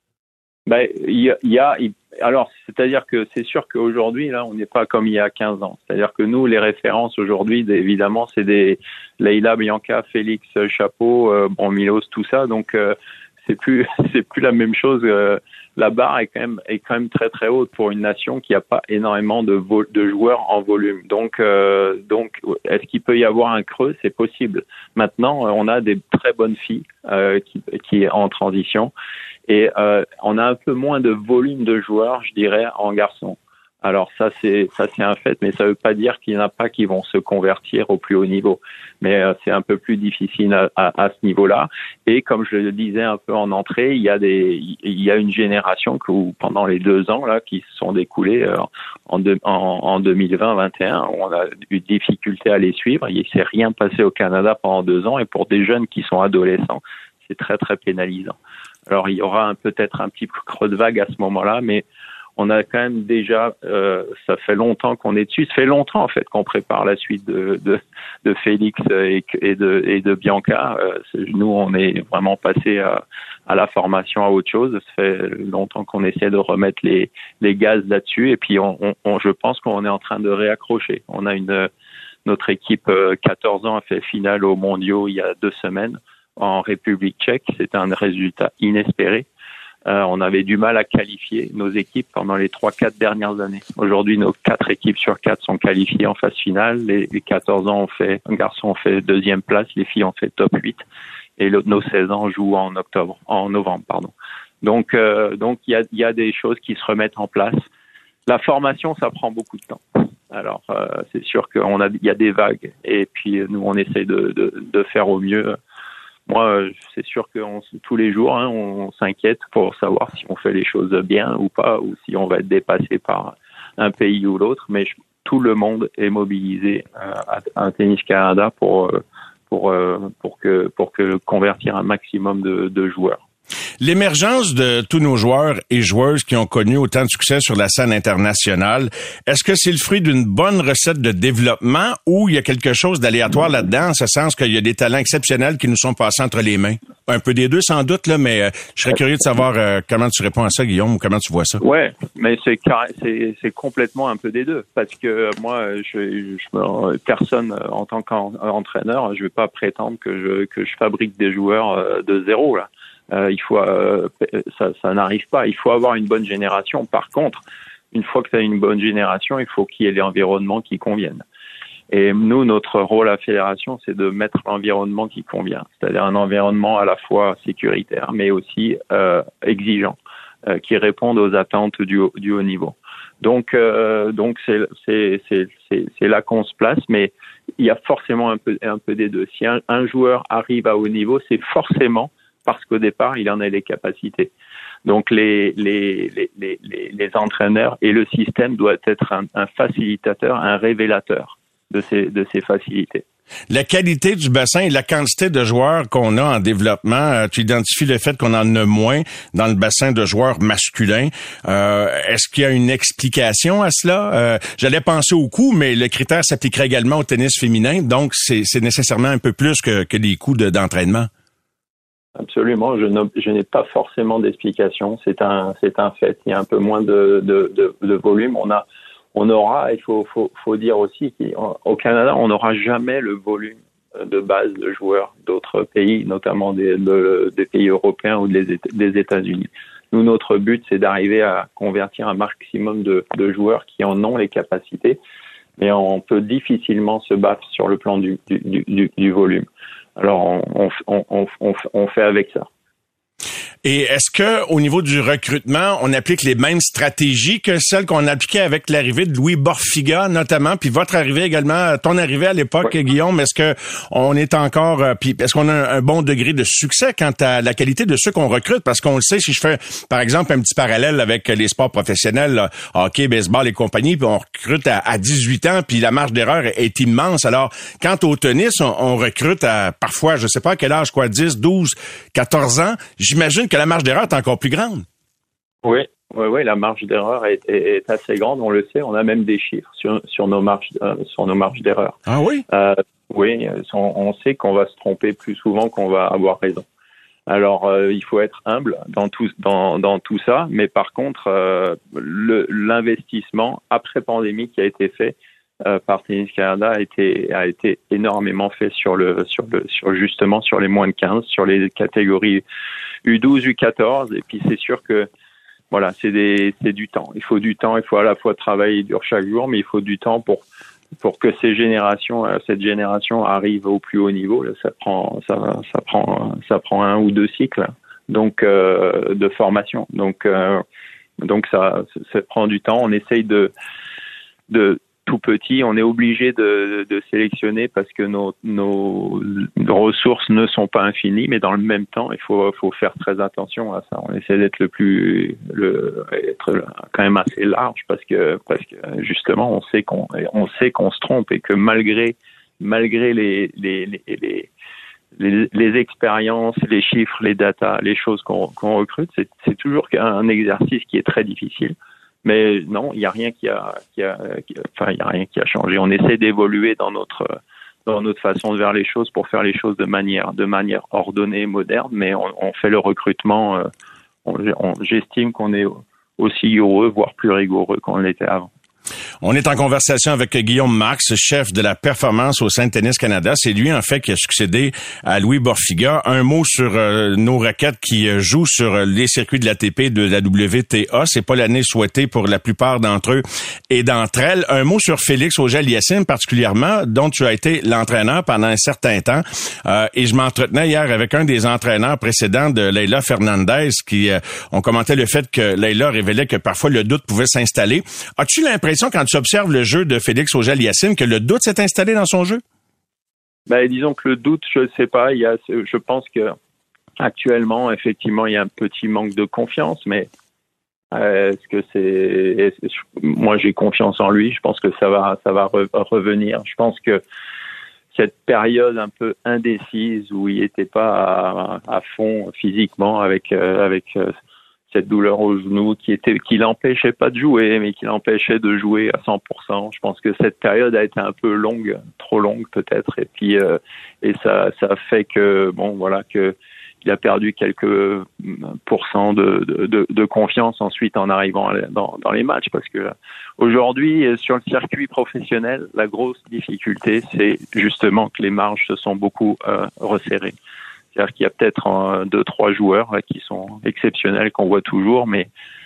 Ben, il y a, il y a il, alors, c'est-à-dire que c'est sûr qu'aujourd'hui, là, on n'est pas comme il y a quinze ans. C'est-à-dire que nous, les références aujourd'hui, évidemment, c'est des Leila, Bianca, Félix, Chapeau, euh, bon, Milos, tout ça. Donc, euh, c'est plus, c'est plus la même chose. Euh, la barre est quand même, est quand même très très haute pour une nation qui n'a pas énormément de, vo- de joueurs en volume. Donc, euh, donc, est-ce qu'il peut y avoir un creux? C'est possible. Maintenant, on a des très bonnes filles euh, qui, qui est en transition. Et euh, on a un peu moins de volume de joueurs, je dirais, en garçons. Alors ça c'est ça c'est un fait, mais ça veut pas dire qu'il n'y en a pas qui vont se convertir au plus haut niveau. Mais euh, c'est un peu plus difficile à, à, à ce niveau-là. Et comme je le disais un peu en entrée, il y a des il y a une génération que pendant les deux ans là qui se sont découlés euh, en, de, en en deux mille vingt vingt et un, on a eu des difficultés à les suivre. Il s'est rien passé au Canada pendant deux ans, et pour des jeunes qui sont adolescents, c'est très très pénalisant. Alors il y aura un, peut-être un petit creux de vague à ce moment-là, mais on a quand même déjà, euh, ça fait longtemps qu'on est dessus. Ça fait longtemps en fait qu'on prépare la suite de de, de Félix et, et de et de Bianca. Euh, nous, on est vraiment passé à, à la formation, à autre chose. Ça fait longtemps qu'on essaie de remettre les les gaz là-dessus, et puis on, on, on je pense qu'on est en train de réaccrocher. On a une notre équipe euh, quatorze ans a fait finale aux Mondiaux il y a deux semaines en République tchèque. C'était un résultat inespéré. Euh, on avait du mal à qualifier nos équipes pendant les trois quatre dernières années. Aujourd'hui, nos quatre équipes sur quatre sont qualifiées en phase finale. Les, les quatorze ans ont fait, un garçon ont fait deuxième place, les filles ont fait top huit, et le, nos seize ans jouent en octobre, en novembre, pardon. Donc, euh, donc il y a, il y a des choses qui se remettent en place. La formation, ça prend beaucoup de temps. Alors, euh, c'est sûr qu'on a, il y a des vagues, et puis nous, on essaie de, de, de faire au mieux. Moi, c'est sûr que on, tous les jours, hein, on s'inquiète pour savoir si on fait les choses bien ou pas, ou si on va être dépassé par un pays ou l'autre. Mais je, tout le monde est mobilisé euh, à, à Tennis Canada pour pour euh, pour que pour que convertir un maximum de, de joueurs. L'émergence de tous nos joueurs et joueuses qui ont connu autant de succès sur la scène internationale, est-ce que c'est le fruit d'une bonne recette de développement, ou il y a quelque chose d'aléatoire là-dedans, en ce sens qu'il y a des talents exceptionnels qui nous sont passés entre les mains? Un peu des deux sans doute, là, mais euh, je serais curieux de savoir euh, comment tu réponds à ça, Guillaume, ou comment tu vois ça. Ouais, mais c'est c'est, c'est complètement un peu des deux, parce que moi, je, je personne en tant qu'entraîneur, je vais pas prétendre que je que je fabrique des joueurs de zéro là. Euh, il faut, euh, ça, ça n'arrive pas. Il faut avoir une bonne génération. Par contre, une fois que tu as une bonne génération, il faut qu'il y ait l'environnement qui convienne. Et nous, notre rôle à la fédération, c'est de mettre l'environnement qui convient, c'est-à-dire un environnement à la fois sécuritaire, mais aussi euh, exigeant, euh, qui réponde aux attentes du haut, du haut niveau. Donc, euh, donc c'est, c'est, c'est, c'est, c'est là qu'on se place, mais il y a forcément un peu, un peu des deux. Si un, un joueur arrive à haut niveau, c'est forcément parce qu'au départ, il en a les capacités. Donc, les, les, les, les, les entraîneurs et le système doivent être un, un facilitateur, un révélateur de ces, de ces facilités. La qualité du bassin et la quantité de joueurs qu'on a en développement, euh, tu identifies le fait qu'on en a moins dans le bassin de joueurs masculins. Euh, est-ce qu'il y a une explication à cela? Euh, j'allais penser au coût, mais le critère s'appliquerait également au tennis féminin, donc c'est, c'est nécessairement un peu plus que, que les coûts de, d'entraînement. Absolument, je, je n'ai pas forcément d'explication. C'est un, c'est un fait. Il y a un peu moins de, de, de, de volume. On a On aura, il faut, faut, faut dire aussi qu'au Canada, on n'aura jamais le volume de base de joueurs d'autres pays, notamment des, de, des pays européens ou des, des États-Unis. Nous, notre but, c'est d'arriver à convertir un maximum de, de joueurs qui en ont les capacités, mais on peut difficilement se battre sur le plan du, du, du, du volume. Alors, on, on, on, on, on fait avec ça. Et est-ce que au niveau du recrutement, on applique les mêmes stratégies que celles qu'on appliquait avec l'arrivée de Louis Borfiga, notamment, puis votre arrivée également, ton arrivée à l'époque, oui. Guillaume, est-ce que on est encore, puis est-ce qu'on a un, un bon degré de succès quant à la qualité de ceux qu'on recrute? Parce qu'on le sait, si je fais, par exemple, un petit parallèle avec les sports professionnels, là, hockey, baseball et compagnie, puis on recrute à, à dix-huit ans, puis la marge d'erreur est, est immense. Alors, quant au tennis, on, on recrute à parfois, je sais pas à quel âge, quoi, dix, douze, quatorze ans. J'imagine que la marge d'erreur est encore plus grande. Oui, oui, oui, la marge d'erreur est, est, est assez grande, on le sait. On a même des chiffres sur, sur nos marges, euh, sur nos marges d'erreur. Ah oui? Euh, oui, on, on sait qu'on va se tromper plus souvent qu'on va avoir raison. Alors, euh, il faut être humble dans tout, dans, dans tout ça, mais par contre, euh, le, l'investissement après pandémie qui a été fait euh, par Tennis Canada a été, a été énormément fait sur le, sur le, sur justement sur les moins de quinze, sur les catégories U douze, U quatorze, et puis c'est sûr que voilà, c'est des, c'est du temps. Il faut du temps, il faut à la fois travailler dur chaque jour, mais il faut du temps pour pour que ces générations, cette génération arrive au plus haut niveau. Là, ça prend, ça, ça prend, ça prend un ou deux cycles, donc euh, de formation. Donc, euh, donc ça, ça prend du temps. On essaye de de tout petit, on est obligé de, de sélectionner parce que nos, nos ressources ne sont pas infinies, mais dans le même temps, il faut, faut faire très attention à ça. On essaie d'être le plus, le, être quand même assez large parce que, parce que justement, on sait qu'on, on sait qu'on se trompe et que malgré, malgré les, les, les, les Les, les expériences, les chiffres, les datas, les choses qu'on, qu'on recrute, c'est, c'est toujours un exercice qui est très difficile. Mais non, il n'y a rien qui a, qui a, qui a, enfin, il y a rien qui a changé. On essaie d'évoluer dans notre, dans notre façon de voir les choses pour faire les choses de manière, de manière ordonnée, moderne. Mais on, on fait le recrutement. Euh, on, on, j'estime qu'on est aussi rigoureux, voire plus rigoureux qu'on l'était avant. On est en conversation avec Guillaume Marx, chef de la performance au sein de Tennis Canada. C'est lui, en fait, qui a succédé à Louis Borfiga. Un mot sur euh, nos raquettes qui euh, jouent sur les circuits de l'A T P, de la W T A. C'est pas l'année souhaitée pour la plupart d'entre eux et d'entre elles. Un mot sur Félix Auger-Aliassime, particulièrement, dont tu as été l'entraîneur pendant un certain temps. Euh, et je m'entretenais hier avec un des entraîneurs précédents de Leylah Fernandez, qui euh, on commentait le fait que Leylah révélait que parfois le doute pouvait s'installer. As-tu l'impression, quand tu observes le jeu de Félix Auger-Aliassime, que le doute s'est installé dans son jeu? Ben, disons que le doute, je ne sais pas. Il y a, je pense que actuellement, effectivement, il y a un petit manque de confiance, mais euh, est-ce que c'est, est-ce, moi, j'ai confiance en lui. Je pense que ça va, ça va re, revenir. Je pense que cette période un peu indécise où il n'était pas à, à fond physiquement avec, euh, avec euh, cette douleur au genou qui était, qui l'empêchait pas de jouer, mais qui l'empêchait de jouer à cent pour cent. Je pense que cette période a été un peu longue, trop longue peut-être, et puis euh, et ça, ça fait que bon, voilà, que il a perdu quelques pourcents de, de, de, de confiance ensuite en arrivant dans, dans les matchs, parce que aujourd'hui sur le circuit professionnel, la grosse difficulté, c'est justement que les marges se sont beaucoup euh, resserrées. C'est-à-dire qu'il y a peut-être un, deux, trois joueurs là, qui sont exceptionnels, qu'on voit toujours, mais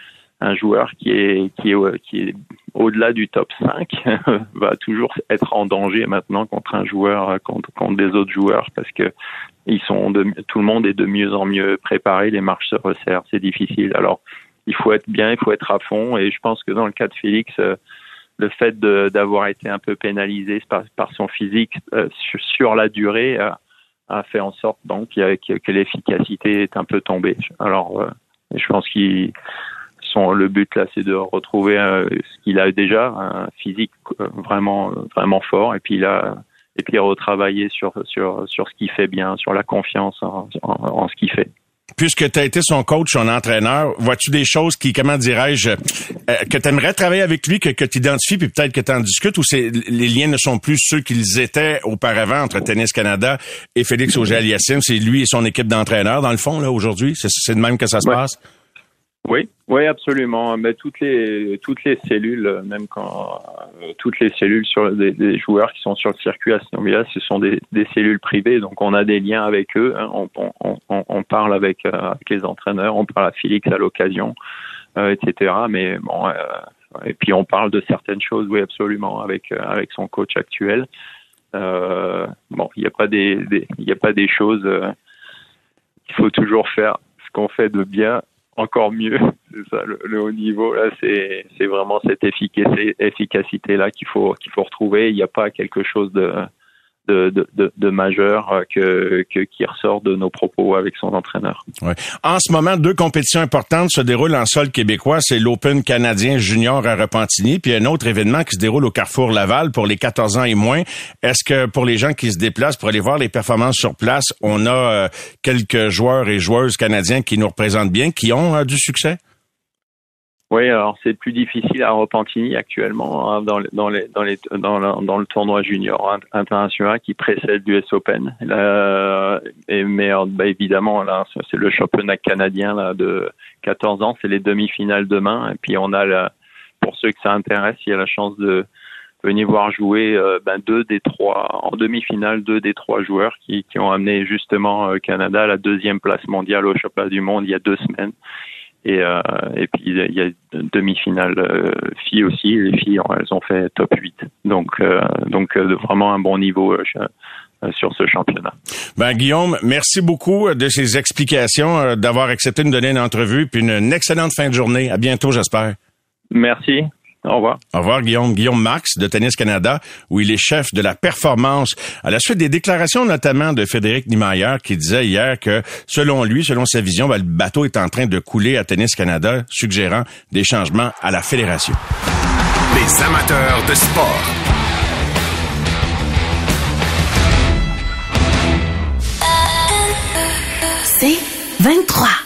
un joueur qui est, qui est, qui est au-delà du top cinq va toujours être en danger maintenant contre un joueur, contre, contre des autres joueurs, parce que ils sont de, tout le monde est de mieux en mieux préparé, les marches se resserrent, c'est difficile. Alors, il faut être bien, il faut être à fond, et je pense que dans le cas de Félix, le fait de, d'avoir été un peu pénalisé par, par son physique euh, sur, sur la durée, euh, a fait en sorte donc que, que l'efficacité est un peu tombée. Alors, euh, je pense qu'ils sont le but là, c'est de retrouver euh, ce qu'il a déjà, un physique vraiment vraiment fort, et puis il a et puis retravailler sur sur sur ce qu'il fait bien, sur la confiance en, en, en ce qu'il fait. Puisque tu as été son coach, son entraîneur, vois-tu des choses qui, comment dirais-je, euh, que tu aimerais travailler avec lui, que, que tu identifies, puis peut-être que tu en discutes, ou c'est, les liens ne sont plus ceux qu'ils étaient auparavant entre Tennis Canada et Félix Auger-Aliassime? C'est lui et son équipe d'entraîneurs, dans le fond, là, aujourd'hui? C'est, c'est de même que ça se ouais. passe? Oui, oui, absolument. Mais toutes les toutes les cellules, même quand euh, toutes les cellules sur des, des joueurs qui sont sur le circuit à ce niveau-là, ce sont des, des cellules privées. Donc on a des liens avec eux. Hein. On, on, on, on parle avec, euh, avec les entraîneurs, on parle à Félix à l'occasion, euh, et cetera. Mais bon, euh, et puis on parle de certaines choses, oui, absolument, avec euh, avec son coach actuel. Euh, bon, il n'y a pas des, des il y a pas des choses. Euh, il faut toujours faire ce qu'on fait de bien. Encore mieux, c'est ça, le, le haut niveau là, c'est c'est vraiment cette efficacité efficacité là qu'il faut qu'il faut retrouver. Il n'y a pas quelque chose de de de, de, de majeur que, que qui ressort de nos propos avec son entraîneur. Ouais. En ce moment, deux compétitions importantes se déroulent en sol québécois. C'est l'Open canadien junior à Repentigny, puis un autre événement qui se déroule au Carrefour Laval pour les quatorze ans et moins. Est-ce que pour les gens qui se déplacent pour aller voir les performances sur place, on a euh, quelques joueurs et joueuses canadiens qui nous représentent bien, qui ont euh, du succès? Oui, alors c'est plus difficile à Repentigny actuellement hein, dans, les, dans, les, dans, les, dans, la, dans le tournoi junior international qui précède l'U S Open. Là, et, mais bah, évidemment, là, c'est le championnat canadien là, de quatorze ans, c'est les demi-finales demain. Et puis on a, la, pour ceux que ça intéresse, il y a la chance de venir voir jouer euh, ben, deux des trois, en demi-finale, deux des trois joueurs qui, qui ont amené justement euh, Canada à la deuxième place mondiale au championnat du monde il y a deux semaines. Et, euh, et puis il y a une demi-finale euh, filles aussi. Les filles, elles ont fait top huit. Donc, euh, donc euh, vraiment un bon niveau euh, sur ce championnat. Ben Guillaume, merci beaucoup de ces explications, euh, d'avoir accepté de nous donner une entrevue, puis une, une excellente fin de journée. À bientôt, j'espère. Merci. Au revoir. Au revoir, Guillaume. Guillaume Marx de Tennis Canada, où il est chef de la performance. À la suite des déclarations notamment de Frédéric Niemeyer, qui disait hier que, selon lui, selon sa vision, ben, le bateau est en train de couler à Tennis Canada, suggérant des changements à la fédération. Les amateurs de sport. C'est vingt-trois.